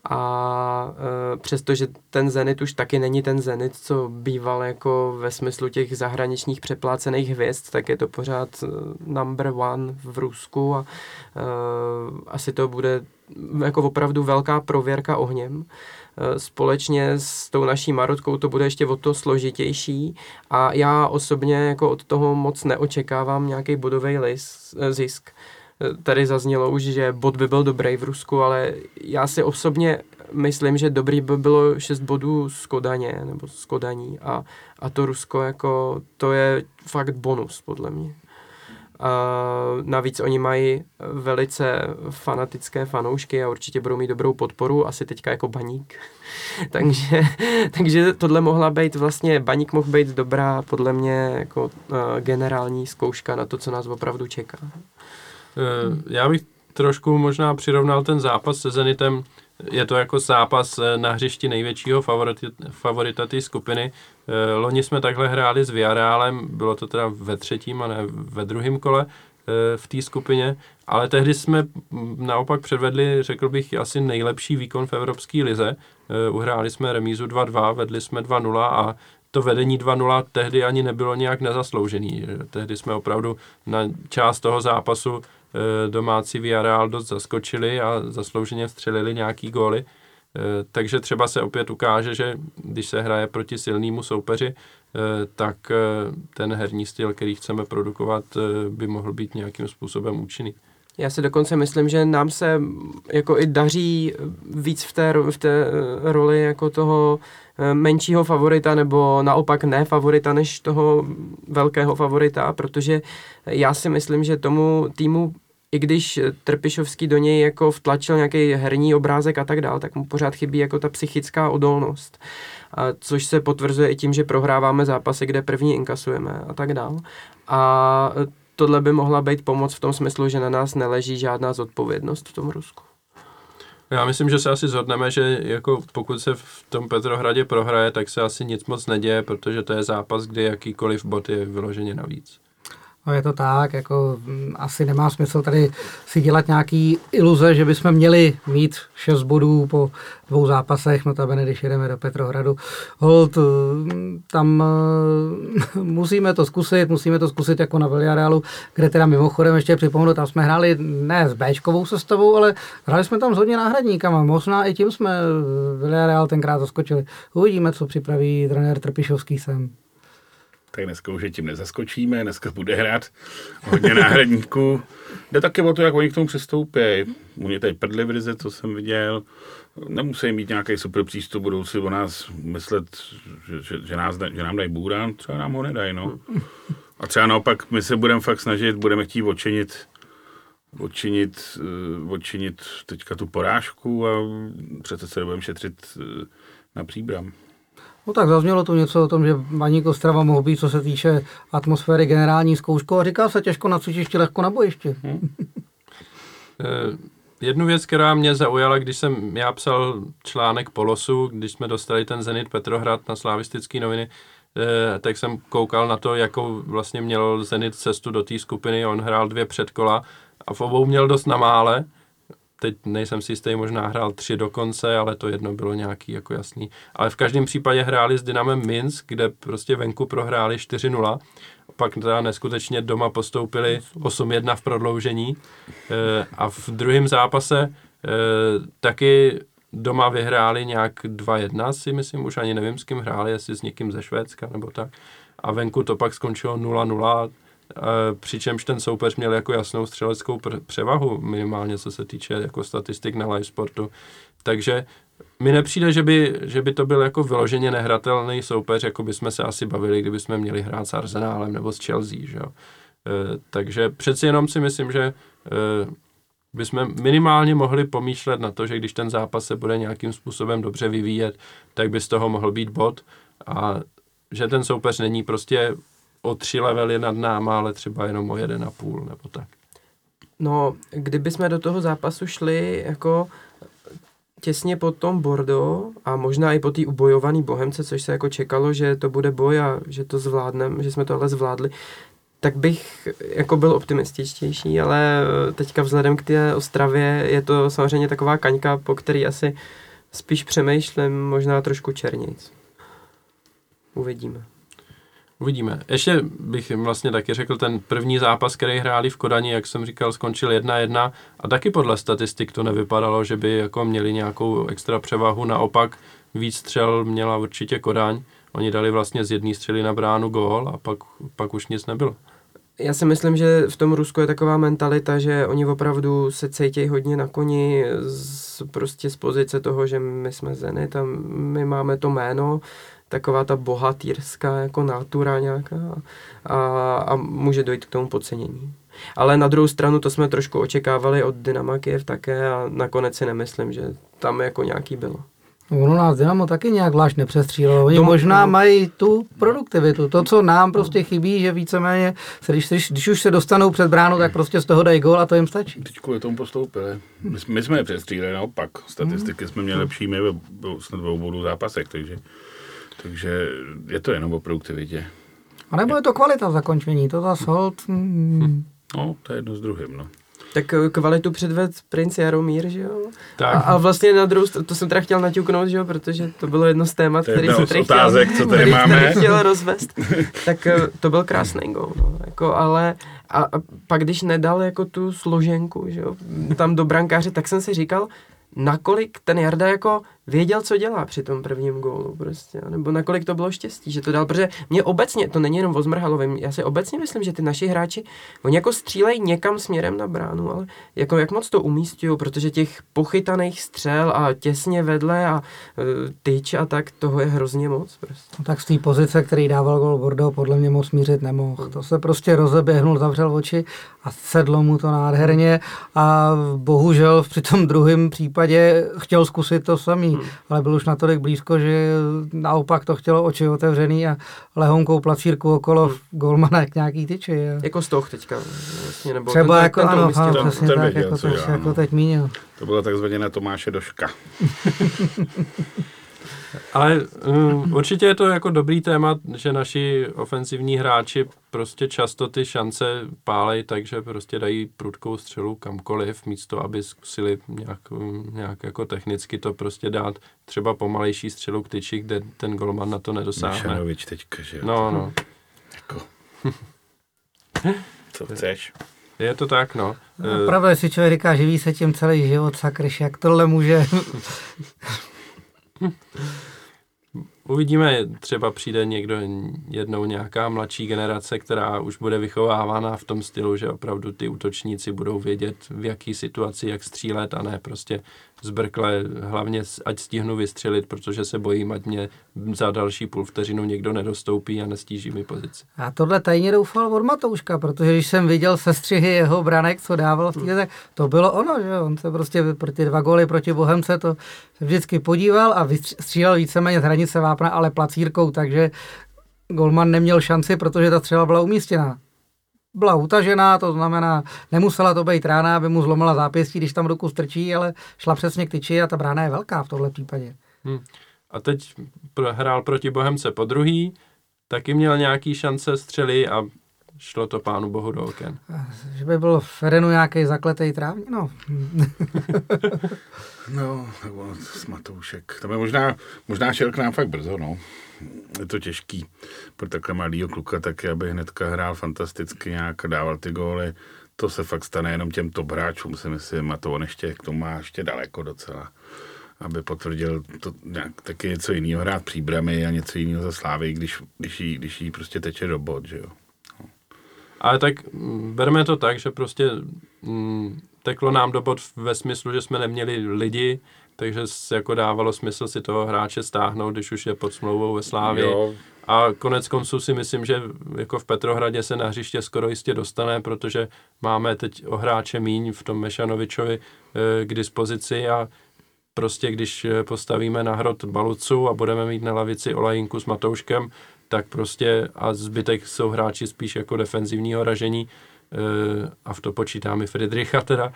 A e, přestože ten Zenit už taky není ten Zenit, co býval jako ve smyslu těch zahraničních přeplácených hvězd, tak je to pořád number one v Rusku a e, asi to bude jako opravdu velká prověrka ohněm. E, společně s tou naší Marotkou to bude ještě o to složitější a já osobně jako od toho moc neočekávám nějaký bodový lis, zisk. Tady zaznělo už, že bod by byl dobrý v Rusku, ale já si osobně myslím, že dobrý by bylo šest bodů z Kodaně, nebo z Kodaní a, a to Rusko jako, to je fakt bonus podle mě. A navíc oni mají velice fanatické fanoušky a určitě budou mít dobrou podporu, asi teďka jako Baník. takže, takže tohle mohla být vlastně, Baník mohl být dobrá podle mě jako uh, generální zkouška na to, co nás opravdu čeká. Já bych trošku možná přirovnal ten zápas se Zenitem. Je to jako zápas na hřišti největšího favorita, favorita té skupiny. Loni jsme takhle hráli s Villarrealem, bylo to teda ve třetím a ne ve druhém kole v té skupině, ale tehdy jsme naopak předvedli, řekl bych, asi nejlepší výkon v Evropské lize. Uhráli jsme remízu dva dva, vedli jsme dva nula a to vedení dva nula tehdy ani nebylo nějak nezasloužený. Tehdy jsme opravdu na část toho zápasu domácí Villarreal dost zaskočili a zaslouženě vstřelili nějaký góly. Takže třeba se opět ukáže, že když se hraje proti silnému soupeři, tak ten herní styl, který chceme produkovat, by mohl být nějakým způsobem účinný. Já si dokonce myslím, že nám se jako i daří víc v té, v té roli jako toho menšího favorita nebo naopak ne favorita než toho velkého favorita, protože já si myslím, že tomu týmu, i když Trpišovský do něj jako vtlačil nějaký herní obrázek a tak dál, tak mu pořád chybí jako ta psychická odolnost. A což se potvrzuje i tím, že prohráváme zápasy, kde první inkasujeme a tak dál. A tohle by mohla být pomoc v tom smyslu, že na nás neleží žádná zodpovědnost v tom Rusku. Já myslím, že se asi shodneme, že jako pokud se v tom Petrohradě prohraje, tak se asi nic moc neděje, protože to je zápas, kdy jakýkoliv bod je vyloženě navíc. No je to tak, jako m, asi nemá smysl tady si dělat nějaký iluze, že bychom měli mít šest bodů po dvou zápasech, notabene, když jedeme do Petrohradu. Hold, tam uh, musíme to zkusit, musíme to zkusit jako na Villarrealu, kde teda mimochodem ještě připomenu, tam jsme hráli ne s béčkovou sestavou, ale hráli jsme tam s hodně náhradníkama. Možná i tím jsme Villarreal tenkrát zaskočili. Uvidíme, co připraví trenér Trpišovský sem. Tak dneska už tím nezaskočíme, dneska bude hrát hodně náhradníků. Jde taky o to, jak oni k tomu přistoupí. Oni tady prdli v Rize, co jsem viděl. Nemusí mít nějaký super přístup, budou si o nás myslet, že, že, že, nás, že nám dají bůra, třeba nám ho nedají. No. A třeba naopak my se budeme fakt snažit, budeme chtít odčinit, odčinit, odčinit teďka tu porážku a přece se budeme šetřit na Příbram. No tak zaznělo tu něco o tom, že Baník Ostrava mohl být, co se týče atmosféry generální zkouškou a říká se těžko na cvičišti, lehko na bojišti. Hmm. Jednu věc, která mě zaujala, když jsem já psal článek Polosu, když jsme dostali ten Zenit Petrohrad na Slavistické noviny, tak jsem koukal na to, jakou vlastně měl Zenit cestu do té skupiny. On hrál dvě předkola a v obou měl dost na mále. Teď nejsem si jistý, možná hrál tři dokonce, ale to jedno bylo nějaký jako jasný. Ale v každém případě hráli s Dynamem Minsk, kde prostě venku prohráli čtyři nula. Pak teda neskutečně doma postoupili osm jedna v prodloužení. E, a v druhém zápase e, taky doma vyhráli nějak dva jedna, si myslím, už ani nevím, s kým hráli, jestli s někým ze Švédska nebo tak. A venku to pak skončilo nula nula. Přičemž ten soupeř měl jako jasnou střeleckou pr- převahu, minimálně co se týče jako statistik na live sportu. Takže mi nepřijde, že by, že by to byl jako vyloženě nehratelný soupeř, jako by jsme se asi bavili, kdyby jsme měli hrát s Arsenálem nebo s Chelsea. Že? E, takže přeci jenom si myslím, že e, bychom minimálně mohli pomýšlet na to, že když ten zápas se bude nějakým způsobem dobře vyvíjet, tak by z toho mohl být bod a že ten soupeř není prostě o tři levely nad náma, ale třeba jenom o jeden a půl nebo tak. No, kdyby jsme do toho zápasu šli jako těsně po tom Bordeaux a možná i po té ubojované Bohemce, což se jako čekalo, že to bude boj a že to zvládneme, že jsme to ale zvládli, tak bych jako byl optimističtější, ale teďka vzhledem k té Ostravě je to samozřejmě taková kaňka, po který asi spíš přemýšlím, možná trošku černějc. Uvidíme. Uvidíme. Ještě bych jim vlastně taky řekl, ten první zápas, který hráli v Kodani, jak jsem říkal, skončil jedna jedna a taky podle statistik to nevypadalo, že by jako měli nějakou extra převahu, naopak víc střel měla určitě Kodaň. Oni dali vlastně z jedné střely na bránu gól a pak, pak už nic nebylo. Já si myslím, že v tom Rusku je taková mentalita, že oni opravdu se cítějí hodně na koni z, prostě z pozice toho, že my jsme Zenit a my máme to jméno, taková ta bohatýrská jako natura nějaká a, a může dojít k tomu podcenění. Ale na druhou stranu to jsme trošku očekávali od Dynama Kyjev také a nakonec si nemyslím, že tam jako nějaký bylo. Ono nás Dynamo taky nějak zvlášť nepřestřílelo. Oni Dom, možná no. mají tu produktivitu. To, co nám prostě chybí, že víceméně, se, když, když, když už se dostanou před bránu, tak prostě z toho dají gól a to jim stačí. Teď kvůli tomu postoupili. My, my jsme je přestříleli naopak. Statistiky jsme měli lepší my ve snad dvou bodů zápasech, takže, takže je to jenom o produktivitě. A nebo je to kvalita v zakončení, to zase hold. Hmm. No, to je jedno s druhým, no. Tak kvalitu předved princ Jaromír, že jo? Tak. A, a vlastně na druhou stranu, to jsem teda chtěl naťuknout, že jo, protože to bylo jedno z témat, To je který jedna jsem z tady otázek, chtěl, co tady který máme. Tady chtěl rozvést. Tak to byl krásný gól, no, jako, ale a, a pak když nedal jako tu složenku, že jo, tam do brankáře, tak jsem si říkal, nakolik ten Jarda jako věděl, co dělá při tom prvním gólu prostě, nebo nakolik to bylo štěstí, že to dal, protože mě obecně, to není jenom o Zmrhalovém, já si obecně myslím, že ty naši hráči, oni jako střílejí někam směrem na bránu, ale jako jak moc to umísťují, protože těch pochytaných střel a těsně vedle a uh, tyč a tak, toho je hrozně moc prostě. No tak z té pozice, který dával gól Bordeaux, podle mě moc mířit nemohl. To se prostě rozeběhnul, zavřel oči a sedlo mu to nádherně a bohužel při tom druhém případě chtěl zkusit to samý, hmm. ale byl už natolik blízko, že naopak to chtělo oči otevřený a lehonkou placírku okolo hmm. golmana jak nějaký tyči. A... Jako stoch teďka. Vlastně, nebo třeba ten, jako ten ano, ano ten, přesně ten tak, věděl, jako, co to, dělá, jako no. teď mínil. To bylo takzvaně na Tomáše Doška. Ale um, určitě je to jako dobrý téma, že naši ofenzivní hráči prostě často ty šance pálej, takže prostě dají prudkou střelu kamkoliv, místo aby zkusili nějak, nějak jako technicky to prostě dát třeba pomalejší střelu k tyči, kde ten golman na to nedosáhne. Mešanovič teďka, že jo? No, no. Jako. Co chceš? Je to tak, no. no pravda, jestli člověk říká, živí se tím celý život, sakryš, jak tohle může... Uvidíme, třeba přijde někdo jednou nějaká mladší generace, která už bude vychovávána v tom stylu, že opravdu ty útočníci budou vědět, v jaký situaci, jak střílet a ne prostě zbrkle, hlavně ať stihnu vystřelit, protože se bojím, ať mě za další půl vteřinu někdo nedostoupí a nestíží mi pozici. A tohle tajně doufal od Matouška, protože když jsem viděl sestřihy jeho branek, co dával v týhle, tak to bylo ono, že on se prostě pro ty dva góly proti Bohemce to se vždycky podíval a střílel víceméně z hranice vápna, ale placírkou, takže golman neměl šanci, protože ta střela byla umístěná. Byla utažená, to znamená, nemusela to být rána, aby mu zlomila zápěstí, když tam ruku strčí, ale šla přesně k tyči a ta brána je velká v tomhle případě. Hmm. A teď hrál proti Bohemce po druhý, taky měl nějaký šance střely a šlo to pánu bohu do oken. Že by byl v Ferenu nějaký zakletej trávník, no. No, tak ono s Matoušek. Tam je možná, možná šel k nám fakt brzo, no. Je to těžký pro takhle malýho kluka, taky, aby hnedka hrál fantasticky nějak a dával ty góly. To se fakt stane jenom těm top hráčům, si myslím, a to on ještě k tomu má ještě daleko docela. Aby potvrdil to nějak, taky něco jiného hrát Příbrami a něco jiného za Slávy, když, když, jí, když jí prostě teče do bod, že jo. No. Ale tak berme to tak, že prostě mm, teklo nám do bod ve smyslu, že jsme neměli lidi, takže se jako dávalo smysl si toho hráče stáhnout, když už je pod smlouvou ve Slávii. Jo. A konec konců si myslím, že jako v Petrohradě se na hřiště skoro jistě dostane, protože máme teď o hráče míň v tom Mešanovičovi e, k dispozici a prostě když postavíme na hrot Balucu a budeme mít na lavici Olajinku s Matouškem, tak prostě a zbytek jsou hráči spíš jako defenzivního ražení a v to počítám i Friedricha teda,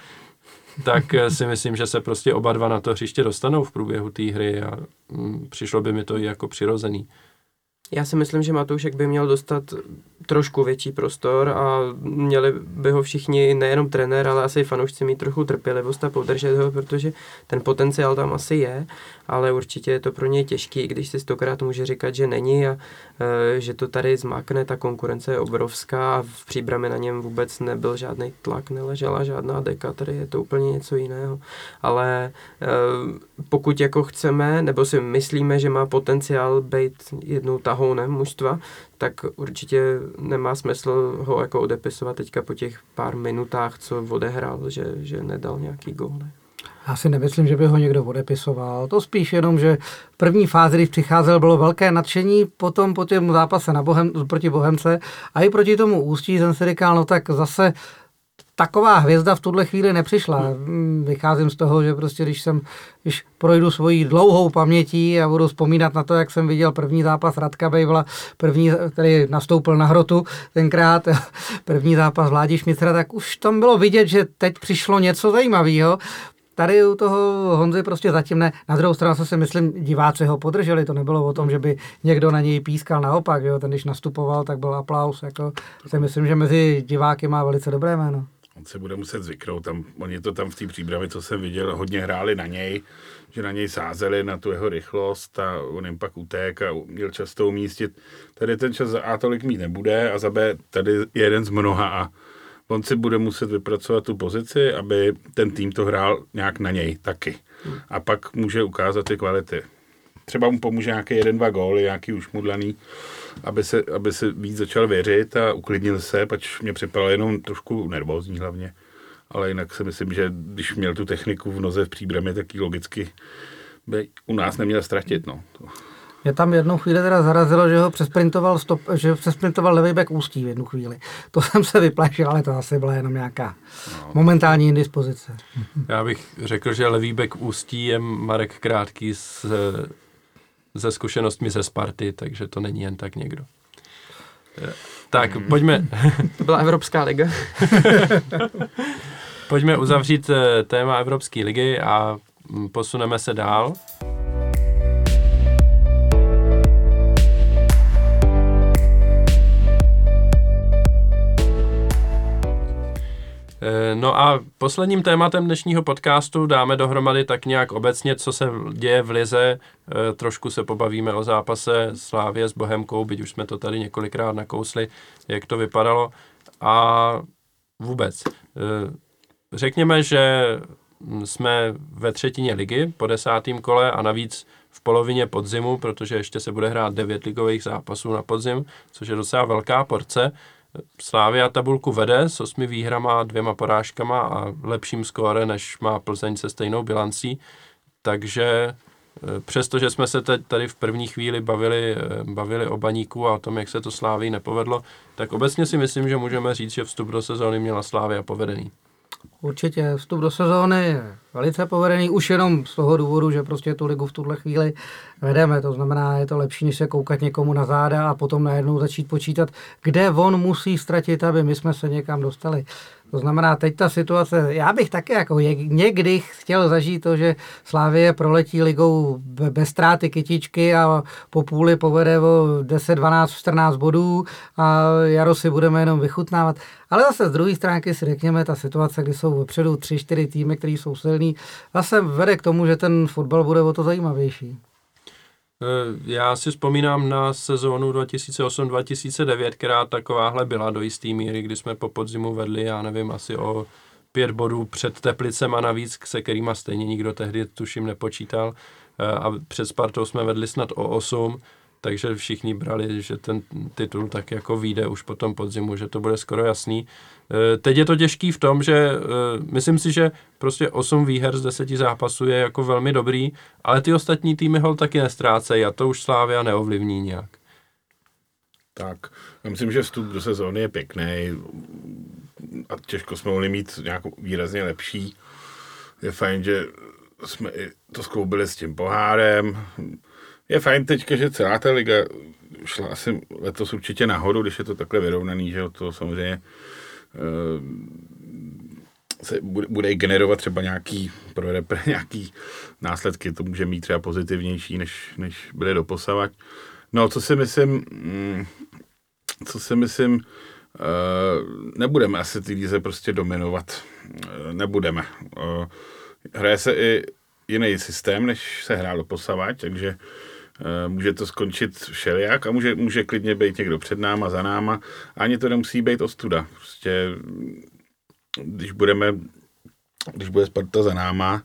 tak si myslím, že se prostě oba dva na to hřiště dostanou v průběhu té hry a mm, přišlo by mi to i jako přirozený. Já si myslím, že Matoušek by měl dostat trošku větší prostor a měli by ho všichni, nejenom trenér, ale asi i fanoušci mít trochu trpělivost a podržet ho, protože ten potenciál tam asi je, ale určitě je to pro něj těžký, když si stokrát může říkat, že není a e, že to tady zmákne, ta konkurence je obrovská a v Příbrami na něm vůbec nebyl žádný tlak, neležela žádná deka, tady je to úplně něco jiného. Ale e, pokud jako chceme, nebo si myslíme, že má potenciál být jednou tahounem mužstva, tak určitě nemá smysl ho jako odepisovat teďka po těch pár minutách, co odehrál, že, že nedal nějaký gól. Ne? Já si nemyslím, že by ho někdo odepisoval. To spíš jenom, že v první fázi, když přicházel, bylo velké nadšení, potom po těm zápase na Bohem, proti Bohemce a i proti tomu Ústí jsem si říkal, no tak zase taková hvězda v tuhle chvíli nepřišla. Vycházím z toho, že prostě když jsem, když projdu svojí dlouhou pamětí a budu vzpomínat na to, jak jsem viděl první zápas Radka Bejvla, první, který nastoupil na hrotu tenkrát, první zápas Vládi Šmicera, tak už tam bylo vidět, že teď přišlo něco zajímavého. Tady u toho Honzy prostě zatím ne. Na druhou stranu se si myslím, diváci ho podrželi. To nebylo o tom, že by někdo na něj pískal, naopak. Jo. Ten, když nastupoval, tak byl aplaus. Jako, si myslím, že mezi diváky má velice dobré jméno. On se bude muset zvyknout. Tam, oni to tam v té Příbrami, co jsem viděl, hodně hráli na něj, že na něj sázeli, na tu jeho rychlost a on jim pak uték a měl často umístit. Tady ten čas za A tolik mít nebude a za B tady je jeden z mnoha a on si bude muset vypracovat tu pozici, aby ten tým to hrál nějak na něj taky. A pak může ukázat ty kvality. Třeba mu pomůže nějaký jeden, dva góly, nějaký ušmudlaný, aby se, aby se víc začal věřit a uklidnil se, pač mě připadalo jenom trošku nervózní hlavně. Ale jinak si myslím, že když měl tu techniku v noze v Příbramě, tak ji logicky by u nás neměl ztratit. No. Mě tam jednou chvíli teda zarazilo, že ho přesprintoval, stop, že přesprintoval levý back Ústí v jednu chvíli. To jsem se vyplašil, ale to asi byla jenom nějaká no. momentální indispozice. Já bych řekl, že levý back Ústí je Marek Krátký z, ze zkušenostmi ze Sparty, takže to není jen tak někdo. Tak, hmm. pojďme. To byla Evropská liga. Pojďme uzavřít téma Evropské ligy a posuneme se dál. No a posledním tématem dnešního podcastu dáme dohromady tak nějak obecně, co se děje v lize. Trošku se pobavíme o zápase Slavie s Bohemkou, byť už jsme to tady několikrát nakousli, jak to vypadalo. A vůbec. Řekněme, že jsme ve třetině ligy po desátém kole a navíc v polovině podzimu, protože ještě se bude hrát devět ligových zápasů na podzim, což je docela velká porce. Slavia tabulku vede s osmi výhrama, dvěma porážkama a lepším skóre, než má Plzeň se stejnou bilancí. Takže přestože jsme se teď tady v první chvíli bavili, bavili o Baníku a o tom, jak se to Slavii nepovedlo, tak obecně si myslím, že můžeme říct, že vstup do sezóny měla Slavia povedený. Určitě vstup do sezóny je velice povedený, už jenom z toho důvodu, že prostě tu ligu v tuhle chvíli vedeme. To znamená, je to lepší, než se koukat někomu na záda a potom najednou začít počítat, kde on musí ztratit, aby my jsme se někam dostali. To znamená, teď ta situace, já bych taky jako někdy chtěl zažít to, že Slavie proletí ligou bez ztráty kytičky a po půli povede o deset, dvanáct, čtrnáct bodů a jaro si budeme jenom vychutnávat. Ale zase z druhé stránky si řekněme, ta situace, kdy jsou vepředu tři, čtyři týmy, které jsou silný, zase vede k tomu, že ten fotbal bude o to zajímavější. Já si vzpomínám na sezónu dva tisíce osm dva tisíce devět, která takováhle byla do jistý míry, kdy jsme po podzimu vedli, já nevím, asi o pět bodů před Teplicem a navíc, se kterýma stejně nikdo tehdy tuším nepočítal. A před Spartou jsme vedli snad o osm, takže všichni brali, že ten titul tak jako vyjde už po tom podzimu, že to bude skoro jasný. Teď je to těžký v tom, že myslím si, že prostě osm výher z deseti zápasů je jako velmi dobrý, ale ty ostatní týmy hol taky nestrácejí a to už Slavia neovlivní nějak. Tak, já myslím, že vstup do sezóny je pěkný a těžko jsme mohli mít nějakou výrazně lepší. Je fajn, že jsme to skloubili s tím pohárem. Je fajn teďka, že celá ta liga šla asi letos určitě nahoru, když je to takhle vyrovnaný, že to samozřejmě se bude, bude generovat třeba nějaký pro repre, nějaký následky, to může mít třeba pozitivnější, než, než byly doposavať. No, co si myslím, co si myslím, nebudeme asi ty lize prostě dominovat, nebudeme. Hraje se i jiný systém, než se hrál doposavať, takže může to skončit všelijak a může, může klidně být někdo před náma, za náma. Ani to nemusí být ostuda. Prostě, když budeme, když bude Sparta za náma,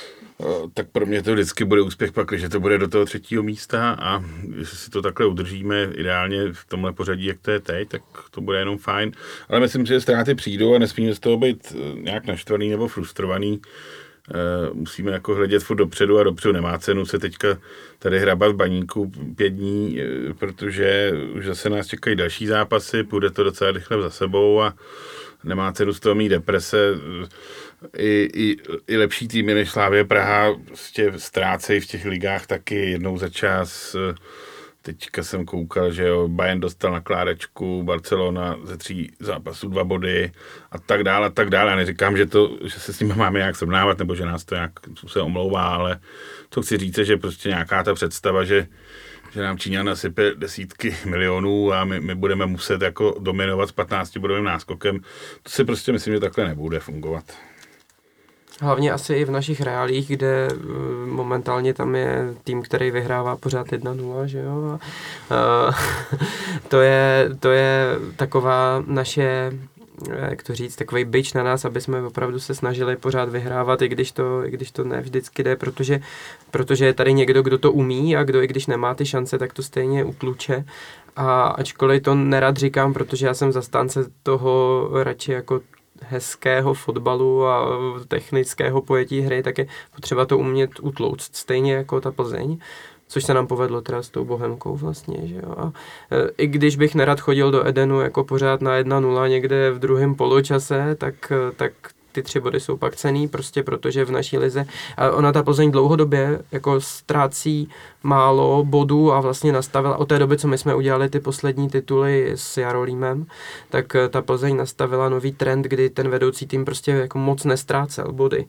tak pro mě to vždycky bude úspěch pak, když to bude do toho třetího místa a jestli si to takhle udržíme ideálně v tomhle pořadí, jak to je teď, tak to bude jenom fajn. Ale myslím si, že ztráty přijdou a nesmíme z toho být nějak naštvaný nebo frustrovaný. Uh, musíme jako hledět furt dopředu a dopředu nemá cenu se teďka tady hrabat v baníku pět dní, uh, protože už zase nás čekají další zápasy, půjde to docela rychle za sebou a nemá cenu z toho mít deprese. Uh, i, i, I lepší týmy než Slavia Praha prostě ztrácejí v těch ligách taky jednou za čas. Uh, teďka jsem koukal, že jo, Bayern dostal na klárečku, Barcelona ze tří zápasů dva body a tak dále a tak dále. Já neříkám, že, to, že se s nimi máme nějak srovnávat, nebo že nás to nějak se omlouvá, ale to chci říct, že prostě nějaká ta představa, že, že nám Číňan nasype desítky milionů a my, my budeme muset jako dominovat s patnáctibodovým náskokem, to si prostě myslím, že takhle nebude fungovat. Hlavně asi i v našich reálích, kde momentálně tam je tým, který vyhrává pořád jedna nula, že jo. A, to, je, to je taková naše, jak to říct, takovej bič na nás, aby jsme opravdu se snažili pořád vyhrávat, i když to, i když to ne vždycky jde, protože, protože je tady někdo, kdo to umí a kdo, i když nemá ty šance, tak to stejně utluče. A ačkoliv to nerad říkám, protože já jsem zastánce toho radši jako hezkého fotbalu a technického pojetí hry, tak je potřeba to umět utlouct, stejně jako ta Plzeň, což se nám povedlo teda s tou Bohemkou vlastně, že jo. A e, i když bych nerad chodil do Edenu jako pořád na jedna nula někde v druhém poločase, tak, tak ty tři body jsou pak cenný, prostě protože v naší lize, a ona ta Plzeň dlouhodobě jako ztrácí málo bodů a vlastně nastavila, od té doby, co my jsme udělali ty poslední tituly s Jarolímem, tak ta Plzeň nastavila nový trend, kdy ten vedoucí tým prostě jako moc nestrácel body.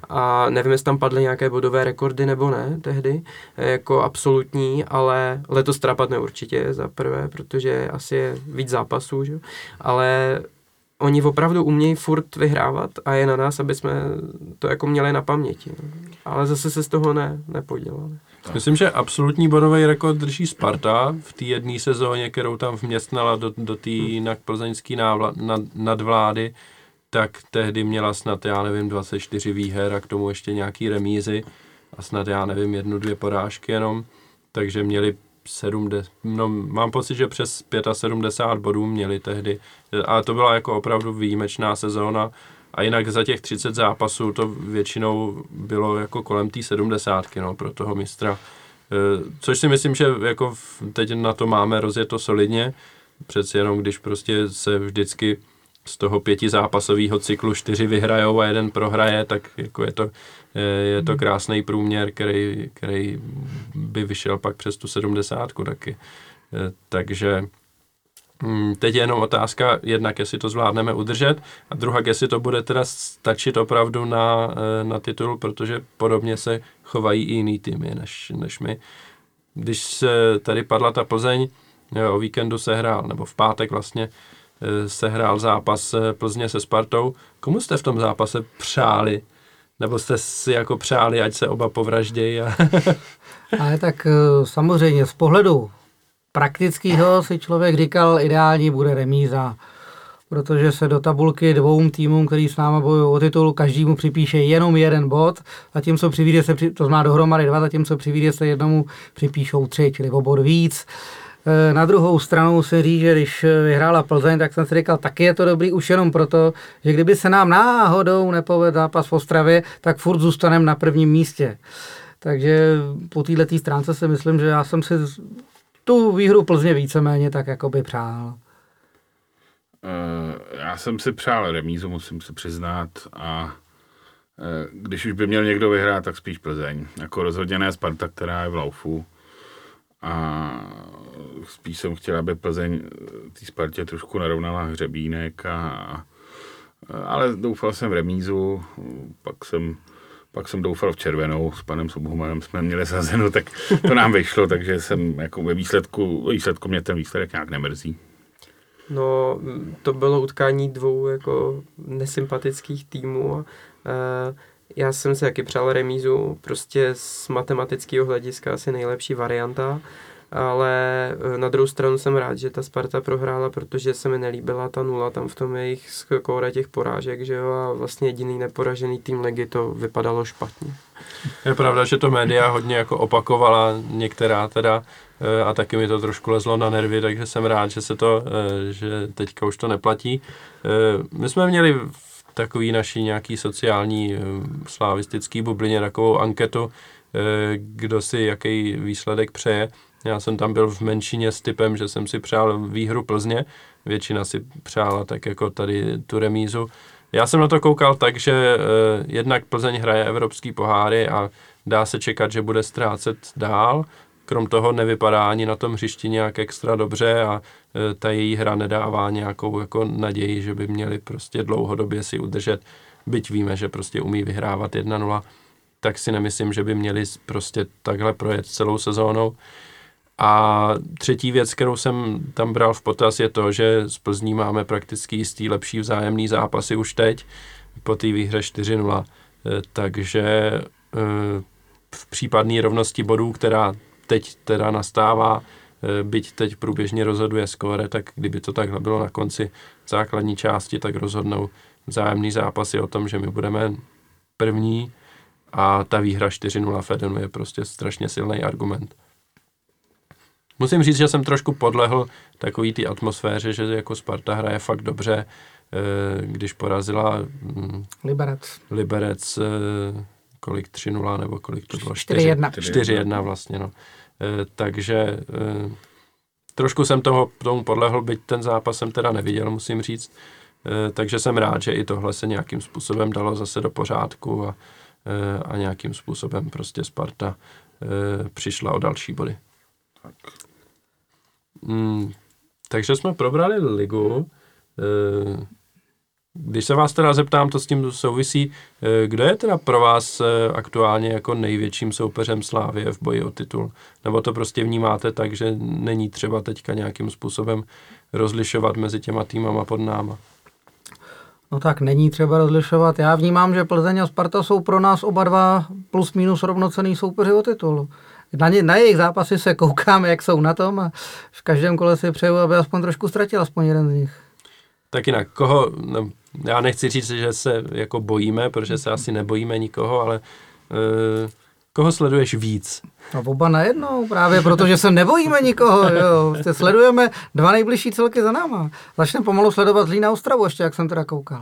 A nevím, jestli tam padly nějaké bodové rekordy nebo ne tehdy, jako absolutní, ale letos teda padne určitě za prvé, protože asi je víc zápasů, že? Ale oni opravdu umějí furt vyhrávat a je na nás, aby jsme to jako měli na paměti. Ale zase se z toho ne, nepodělali. Myslím, že absolutní bodový rekord drží Sparta v té jedné sezóně, kterou tam vměstnala do, do té jinak plzeňské návla, nad, nadvlády, tak tehdy měla snad, já nevím, dvacet čtyři výher a k tomu ještě nějaký remízy a snad, já nevím, jednu, dvě porážky jenom, takže měli sedmdesát, no mám pocit, že přes sedmdesát pět bodů měli tehdy, ale to byla jako opravdu výjimečná sezóna a jinak za těch třicet zápasů to většinou bylo jako kolem té sedmdesátky, no, pro toho mistra, což si myslím, že jako teď na to máme rozjeto solidně, přeci jenom když prostě se vždycky z toho pětizápasového cyklu čtyři vyhrajou a jeden prohraje, tak jako je to, je to krásný průměr, který, který by vyšel pak přes tu sedmdesátku taky. Takže teď je jenom otázka, jednak jestli to zvládneme udržet a druhá, jestli to bude teda stačit opravdu na, na titul, protože podobně se chovají i jiný týmy než, než my. Když se tady padla ta Plzeň, o víkendu se hrál, nebo v pátek vlastně, se hrál zápas Plzně se Spartou. Komu jste v tom zápase přáli? Nebo jste si jako přáli, ať se oba povraždějí? A... Ale tak samozřejmě z pohledu praktického si člověk říkal, ideální bude remíza, protože se do tabulky dvou týmům, který s náma bojují o titul, každému připíše jenom jeden bod, zatímco při výhře se, při, to znamená dohromady dva, zatímco při výhře se jednomu připíšou tři, čili o bod víc. Na druhou stranu se říct, že když vyhrála Plzeň, tak jsem si říkal, taky je to dobrý už jenom proto, že kdyby se nám náhodou nepovedl zápas v Ostravě, tak furt zůstaneme na prvním místě. Takže po této stránce si myslím, že já jsem si tu výhru Plzně víceméně tak jakoby přál. Já jsem si přál remízu, musím se přiznat, a když už by měl někdo vyhrát, tak spíš Plzeň. Jako rozhodně ne Sparta, která je v laufu. a spíš jsem chtěl, aby Plzeň té Spartě trošku narovnala hřebínek, a, ale doufal jsem v remízu, pak jsem, pak jsem doufal v červenou, s panem Subhumanem jsme měli sazenu, tak to nám vyšlo, takže jsem jako ve výsledku, ve výsledku mě ten výsledek nějak nemrzí. No, to bylo utkání dvou jako nesympatických týmů. Já jsem si taky přál remízu, prostě z matematického hlediska asi nejlepší varianta, ale na druhou stranu jsem rád, že ta Sparta prohrála, protože se mi nelíbila ta nula tam v tom jejich skóre těch porážek, že jo, a vlastně jediný neporažený tým ligy to vypadalo špatně. Je pravda, že to média hodně jako opakovala, některá teda, a taky mi to trošku lezlo na nervy, takže jsem rád, že se to, že teďka už to neplatí. My jsme měli v takový naší nějaký sociální slavistický bublině takovou anketu, kdo si jaký výsledek přeje. Já jsem tam byl v menšině s typem, že jsem si přál výhru Plzně, většina si přála tak jako tady tu remízu. Já jsem na to koukal tak, že eh, jednak Plzeň hraje evropský poháry a dá se čekat, že bude ztrácet dál. Krom toho nevypadá ani na tom hřišti nějak extra dobře a eh, ta její hra nedává nějakou jako naději, že by měli prostě dlouhodobě si udržet. Byť víme, že prostě umí vyhrávat jedna nula, tak si nemyslím, že by měli prostě takhle projet celou sezónou. A třetí věc, kterou jsem tam bral v potaz, je to, že z Plzní máme prakticky jistý lepší vzájemný zápasy už teď, po té výhře čtyři nula. Takže v případné rovnosti bodů, která teď teda nastává, byť teď průběžně rozhoduje skóre, tak kdyby to takhle bylo na konci základní části, tak rozhodnou vzájemný zápasy o tom, že my budeme první a ta výhra čtyři nula v Edenu je prostě strašně silný argument. Musím říct, že jsem trošku podlehl takový té atmosféře, že jako Sparta hraje fakt dobře, když porazila Liberec. Liberec kolik tři nula nebo kolik to bylo? čtyři jedna. čtyři jedna vlastně, no. Takže trošku jsem toho, tomu podlehl, byť ten zápas jsem teda neviděl, musím říct. Takže jsem rád, že i tohle se nějakým způsobem dalo zase do pořádku a, a nějakým způsobem prostě Sparta přišla o další body. Tak. Hmm, takže jsme probrali ligu. Když se vás teda zeptám, to s tím souvisí, kdo je teda pro vás aktuálně jako největším soupeřem Slavie v boji o titul? Nebo to prostě vnímáte tak, že není třeba teďka nějakým způsobem rozlišovat mezi těma týmama pod náma? No tak není třeba rozlišovat. Já vnímám, že Plzeň a Sparta jsou pro nás oba dva plus minus rovnocenný soupeři o titul. Na, ně, na jejich zápasy se koukáme, jak jsou na tom a v každém kole si přeju, aby aspoň trošku ztratil aspoň jeden z nich. Tak jinak, koho, no, já nechci říct, že se jako bojíme, protože se asi nebojíme nikoho, ale uh, koho sleduješ víc? No oba najednou, právě protože se nebojíme nikoho, jo. Sledujeme dva nejbližší celky za náma. Začneme pomalu sledovat Zlín a Ostravu ještě, jak jsem teda koukal.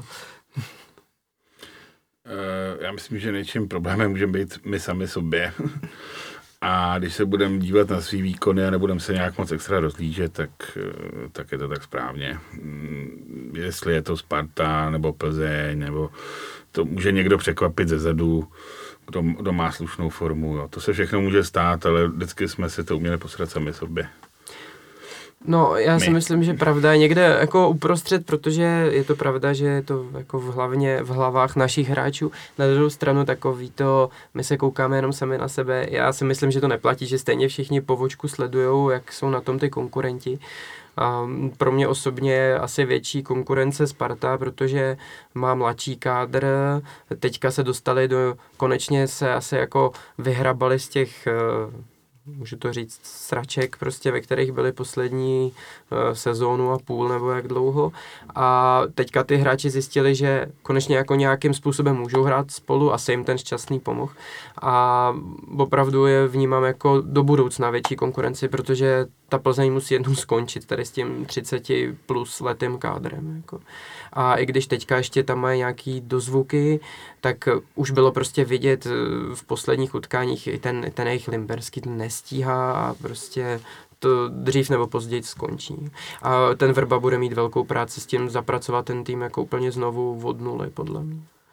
Uh, já myslím, že nejčím problémem můžeme být my sami sobě. A když se budeme dívat na svý výkony a nebudeme se nějak moc extra rozlížet, tak, tak je to tak správně. Jestli je to Sparta nebo Plzeň, nebo to může někdo překvapit zezadu, kdo, kdo má slušnou formu. Jo. To se všechno může stát, ale vždycky jsme si to uměli posrat sami sobě. No, já My. si myslím, že pravda je někde jako uprostřed, protože je to pravda, že je to jako v hlavně v hlavách našich hráčů. Na druhou stranu takový to, my se koukáme jenom sami na sebe. Já si myslím, že to neplatí, že stejně všichni po vočku sledujou, jak jsou na tom ty konkurenti. A pro mě osobně je asi větší konkurence Sparta, protože má mladší kádr, teďka se dostali do, konečně se asi jako vyhrabali z těch, můžu to říct, sraček, prostě, ve kterých byly poslední uh, sezónu a půl nebo jak dlouho. A teďka ty hráči zjistili, že konečně jako nějakým způsobem můžou hrát spolu, asi jim ten šťastný pomohl. A opravdu je vnímám jako do budoucna větší konkurenci, protože ta Plzeň musí jednou skončit tady s tím třicet plus letým kádrem. Jako. A i když teďka ještě tam mají nějaký dozvuky, tak už bylo prostě vidět v posledních utkáních i ten, ten jejich limberský nestíhá a prostě to dřív nebo později skončí. A ten Vrba bude mít velkou práci s tím zapracovat ten tým jako úplně znovu od nuly, podle mě.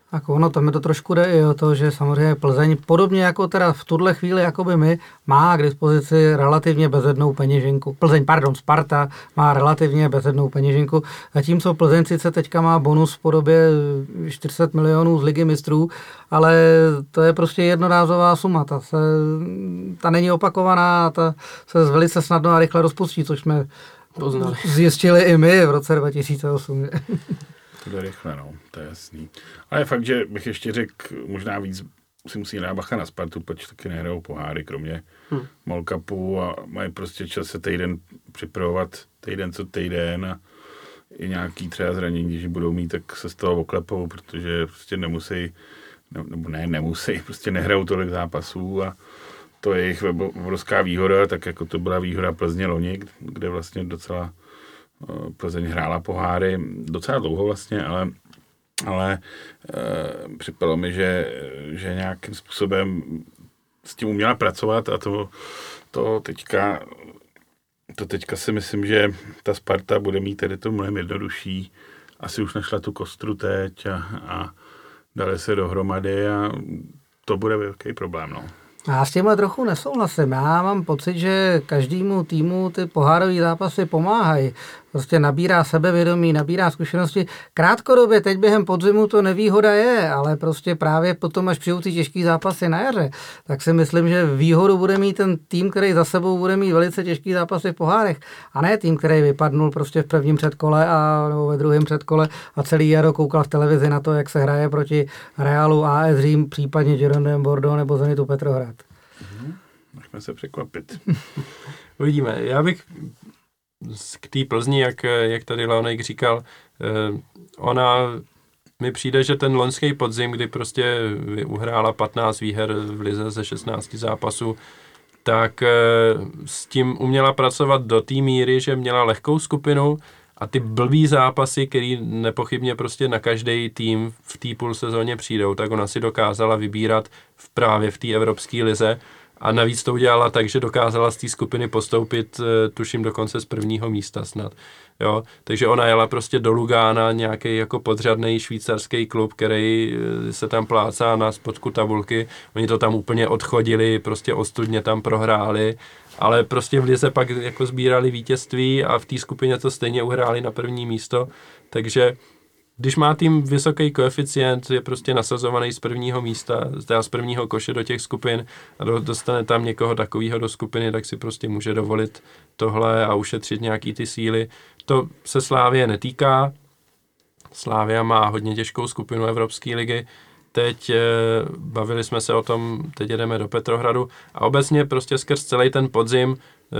Tak ono, tam je to trošku jde i o to, že samozřejmě Plzeň, podobně jako teda v tuhle chvíli, jako by my, má k dispozici relativně bezednou peněženku. Plzeň, pardon, Sparta má relativně bezednou peněženku, zatímco Plzeň sice teďka má bonus v podobě čtyři sta milionů z Ligy mistrů, ale to je prostě jednorázová suma, ta, se, ta není opakovaná, ta se velice snadno a rychle rozpustí, což jsme poznali. Zjistili i my v roce dva tisíce osm. To jde rychle, no, to je jasný. Ale je fakt, že bych ještě řekl, možná víc si musí dát bacha na Spartu, protože taky nehrajou poháry, kromě hmm. Mall Cupu a mají prostě čas se týden připravovat, týden co týden a i nějaký třeba zranění, když budou mít, tak se z toho oklepou, protože prostě nemusí, nebo ne, nemusí, prostě nehrajou tolik zápasů a to je jejich obrovská výhoda, tak jako to byla výhoda Plzně loni, kde vlastně docela Plzeň hrála poháry docela dlouho vlastně, ale, ale e, připadalo mi, že, že nějakým způsobem s tím uměla pracovat a to, to teďka to teďka si myslím, že ta Sparta bude mít tedy to mnohem jednodušší. Asi už našla tu kostru teď a, a dali se dohromady a to bude velký problém, no. Já s tímhle trochu nesouhlasím. Já mám pocit, že každému týmu ty pohárové zápasy pomáhají. Prostě nabírá sebevědomí, nabírá zkušenosti. Krátkodobě, teď během podzimu to nevýhoda je, ale prostě právě potom, až přijou ty těžký zápasy na jaře, tak si myslím, že výhodu bude mít ten tým, který za sebou bude mít velice těžký zápasy v pohárech. A ne tým, který vypadnul prostě v prvním předkole a nebo ve druhém předkole a celý jaro koukal v televizi na to, jak se hraje proti Realu, A S Řím, případně Girondin Bordeaux nebo Zenitu Petrohrad. Mhm. Nechme se překvapit. Uvidíme. Já bych k té Plzni, jak, jak tady Leonek říkal, ona mi přijde, že ten loňský podzim, kdy prostě uhrála patnáct výher v lize ze šestnácti zápasů, tak s tím uměla pracovat do té míry, že měla lehkou skupinu a ty blbý zápasy, který nepochybně prostě na každý tým v té půl sezóně přijdou, tak ona si dokázala vybírat v právě v té evropské lize. A navíc to udělala tak, že dokázala z té skupiny postoupit, tuším, dokonce z prvního místa snad. Jo? Takže ona jela prostě do Lugána, nějaký jako podřadný švýcarský klub, který se tam plácá na spodku tabulky. Oni to tam úplně odchodili, prostě ostudně tam prohráli, ale prostě v lize pak jako sbírali vítězství a v té skupině to stejně uhráli na první místo. Takže když má tým vysoký koeficient, je prostě nasazovaný z prvního místa, z prvního koše do těch skupin a do, dostane tam někoho takového do skupiny, tak si prostě může dovolit tohle a ušetřit nějaký ty síly. To se Slavie netýká. Slavia má hodně těžkou skupinu Evropské ligy. Teď e, bavili jsme se o tom, teď jedeme do Petrohradu a obecně prostě skrz celý ten podzim e,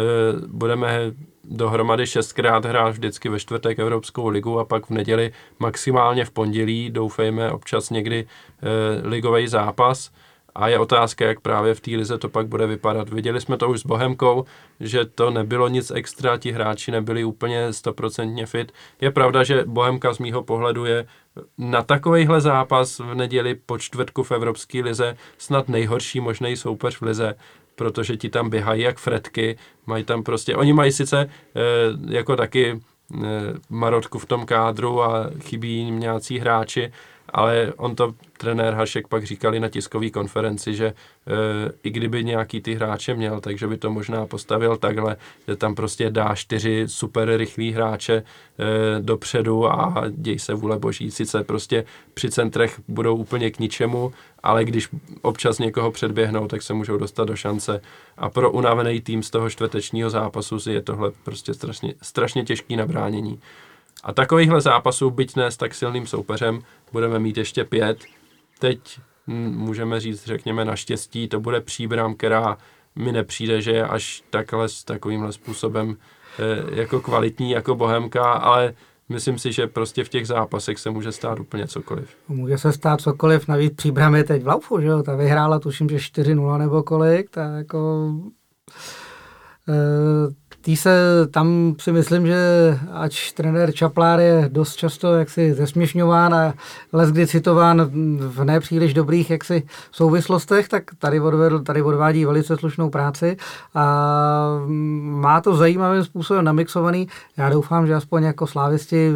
budeme dohromady šestkrát hrát vždycky ve čtvrtek Evropskou ligu a pak v neděli maximálně v pondělí, doufejme občas někdy e, ligový zápas a je otázka, jak právě v té lize to pak bude vypadat. Viděli jsme to už s Bohemkou, že to nebylo nic extra, ti hráči nebyli úplně stoprocentně fit. Je pravda, že Bohemka z mýho pohledu je na takovejhle zápas v neděli po čtvrtku v Evropské lize snad nejhorší možný soupeř v lize, protože ti tam běhají jak fretky, mají tam prostě, oni mají sice e, jako taky e, marotku v tom kádru a chybí jim nějací hráči, ale on to trenér Hašek pak říkali na tiskové konferenci, že e, i kdyby nějaký ty hráče měl, takže by to možná postavil takhle, že tam prostě dá čtyři super rychlý hráče e, dopředu a děj se vůle boží. Sice prostě při centrech budou úplně k ničemu, ale když občas někoho předběhnou, tak se můžou dostat do šance. A pro unavený tým z toho čtvrtečního zápasu je tohle prostě strašně, strašně těžký na bránění. A takovýchhle zápasů, byť ne s tak silným soupeřem, budeme mít ještě pět. Teď můžeme říct, řekněme naštěstí, to bude Příbram, která mi nepřijde, že je až takhle s takovýmhle způsobem e, jako kvalitní, jako Bohemka, ale myslím si, že prostě v těch zápasech se může stát úplně cokoliv. Může se stát cokoliv, navíc Příbram je teď v laufu, že jo, ta vyhrála tuším, že čtyři nula nebo kolik, tak jako... E, Tý se, tam si myslím, že ač trenér Čaplár je dost často jaksi zesměšňován a leskdy citován v nepříliš dobrých jaksi souvislostech, tak tady, odvedl, tady odvádí velice slušnou práci a má to zajímavým způsobem namixovaný. Já doufám, že aspoň jako slávisti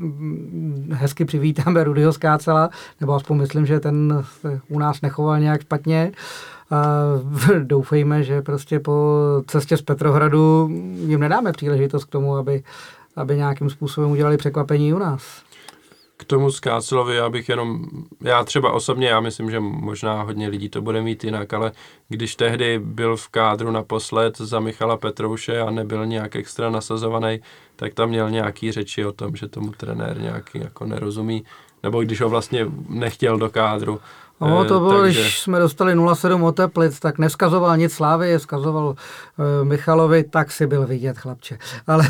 hezky přivítáme Rudyho Skácela, nebo aspoň myslím, že ten u nás nechoval nějak špatně. A doufejme, že prostě po cestě z Petrohradu jim nedáme příležitost k tomu, aby, aby nějakým způsobem udělali překvapení u nás. K tomu Skácelovi já bych jenom, já třeba osobně, já myslím, že možná hodně lidí to bude mít jinak, ale když tehdy byl v kádru naposled za Michala Petrouše a nebyl nějak extra nasazovaný, tak tam měl nějaký řeči o tom, že tomu trenér nějaký jako nerozumí, nebo když ho vlastně nechtěl do kádru. No, to bylo, takže... když jsme dostali nula sedm od Teplic, tak nevzkazoval nic Slávy, vzkazoval uh, Michalovi, tak si byl vidět, chlapče. Ale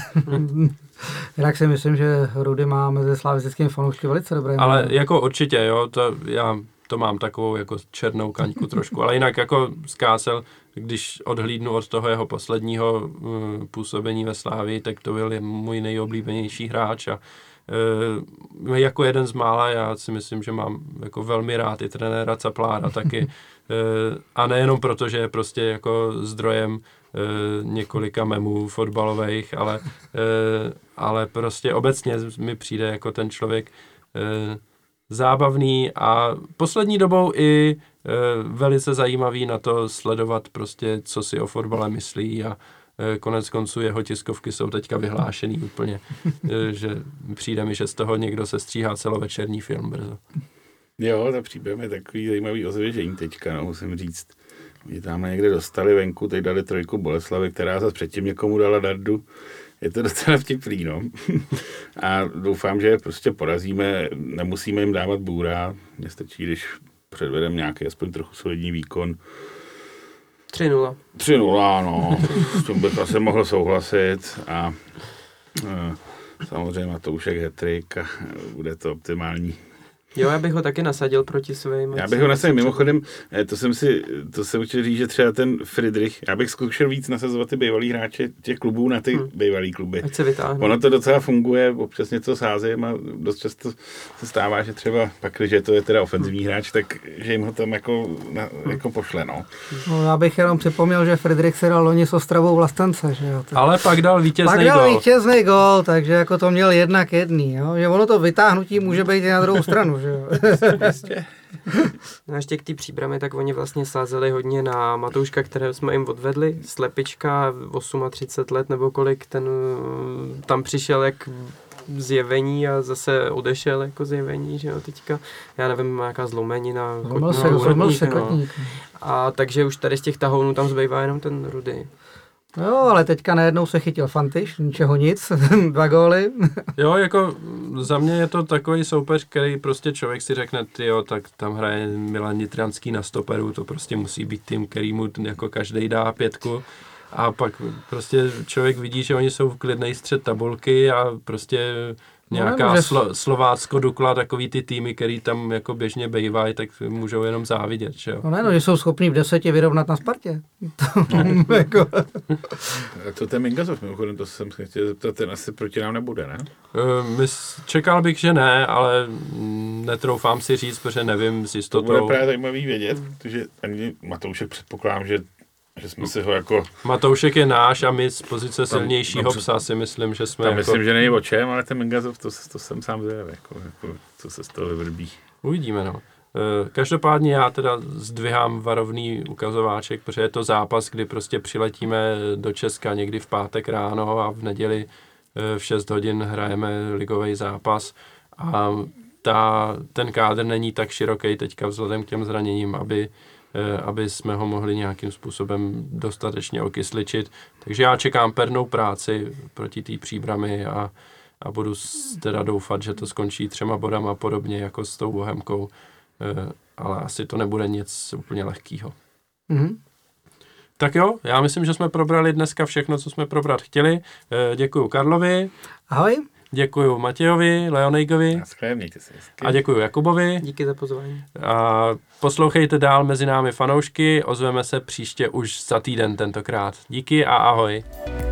jinak si myslím, že Rudy má mezi slavistickými fanoušky velice dobré. Ale jméno. jako určitě, jo, to já to mám takovou jako černou kaňku trošku, ale jinak jako Skácel, když odhlídnu od toho jeho posledního uh, působení ve Slávii, tak to byl můj nejoblíbenější hráč a Uh, jako jeden z mála, já si myslím, že mám jako velmi rád i trenéra Caplára taky. Uh, a nejenom proto, že je prostě jako zdrojem uh, několika memů fotbalových, ale, uh, ale prostě obecně mi přijde jako ten člověk uh, zábavný a poslední dobou i uh, velice zajímavý na to sledovat prostě, co si o fotbale myslí a konec konců jeho tiskovky jsou teďka vyhlášený úplně, že přijde mi, že z toho někdo se stříhá celovečerní film brzo. Jo, to příběh je takový zajímavý osvěžení teďka, no, musím říct. Oni tam někde dostali venku, teď dali trojku Boleslavy, která zase předtím někomu dala dardu. Je to docela vtipný, no. A doufám, že prostě porazíme, nemusíme jim dávat bůra, mě stačí, když předvedeme nějaký aspoň trochu solidní výkon. tři nula. tři nula, no, s tím bych asi mohl souhlasit a e, samozřejmě Matoušek hat-trick a bude to optimální. Jo, já bych ho taky nasadil proti svým. Já bych ho nasadil, mimochodem, to jsem si, to jsem chtěl říct, že třeba ten Friedrich, já bych zkoušel víc nasazovat ty bývalý hráče těch klubů na ty hmm. bývalý kluby. Ať se vytáhne. Ono to docela funguje, občas něco sázím a dost často se stává, že třeba pak, když to je teda ofenzivní hráč, tak že jim ho tam jako, na, jako pošle, no. No, já bych jenom připomněl, že Friedrich si dal loni s Ostravou Vlastence, že jo. Tak... Ale pak dal vítězný pak dal gól. vítězný gól, takže jako to měl jednak jedný, jo. Že ono to vytáhnutí může být i na druhou stranu, že jo. No ještě k té příbrami, tak oni vlastně sázeli hodně na Matouška, kterého jsme jim odvedli. Slepička, třicet osm let nebo kolik, ten tam přišel jak zjevení a zase odešel jako zjevení, že jo, teďka. Já nevím, nějaká zlomenina. Zlomil se, zlomil se kotník. A takže už tady z těch tahounů tam zbývá jenom ten Rudy. Jo, ale teďka najednou se chytil Fantyš, ničeho nic, dva góly. Jo, jako za mě je to takový soupeř, který prostě člověk si řekne, tyjo, tak tam hraje Milan Nitranský na stoperu, to prostě musí být tým, který mu jako každej dá pětku. A pak prostě člověk vidí, že oni jsou v klidnej střed tabulky a prostě nějaká no, slo, Slovácko, Dukla, takový ty týmy, který tam jako běžně bejvají, tak můžou jenom závidět, že jo. No ne, no, že jsou schopní v deseti vyrovnat na Spartě. To, jako... A to ten Mingazov, mimochodem, to jsem se chtěl zeptat, ten asi proti nám nebude, ne? Uh, mys, čekal bych, že ne, ale netroufám si říct, protože nevím s jistotou. To bude právě zajímavý vědět, protože ani Matoušek předpokládám, že že jsme si ho jako... Matoušek je náš a my z pozice silnějšího tam, psa si myslím, že jsme tam jako... myslím, že není o čem, ale ten Mingazov, to, to jsem sám zvědav, jako, jako, co se z toho vyvrbí. Uvidíme, no. Každopádně já teda zdvihám varovný ukazováček, protože je to zápas, kdy prostě přiletíme do Česka někdy v pátek ráno a v neděli v šest hodin hrajeme ligový zápas a ta, ten kádr není tak široký teďka vzhledem k těm zraněním, aby aby jsme ho mohli nějakým způsobem dostatečně okysličit. Takže já čekám pernou práci proti té Příbrami a, a budu teda doufat, že to skončí třema bodama podobně jako s tou Bohemkou, ale asi to nebude nic úplně lehkýho. Mm-hmm. Tak jo, já myslím, že jsme probrali dneska všechno, co jsme probrat chtěli. Děkuju Karlovi. Ahoj. Děkuju Matějovi, Leonejkovi. A děkuju Jakubovi. Díky za pozvání. A poslouchejte dál Mezi námi fanoušky, ozveme se příště už za týden tentokrát. Díky a ahoj.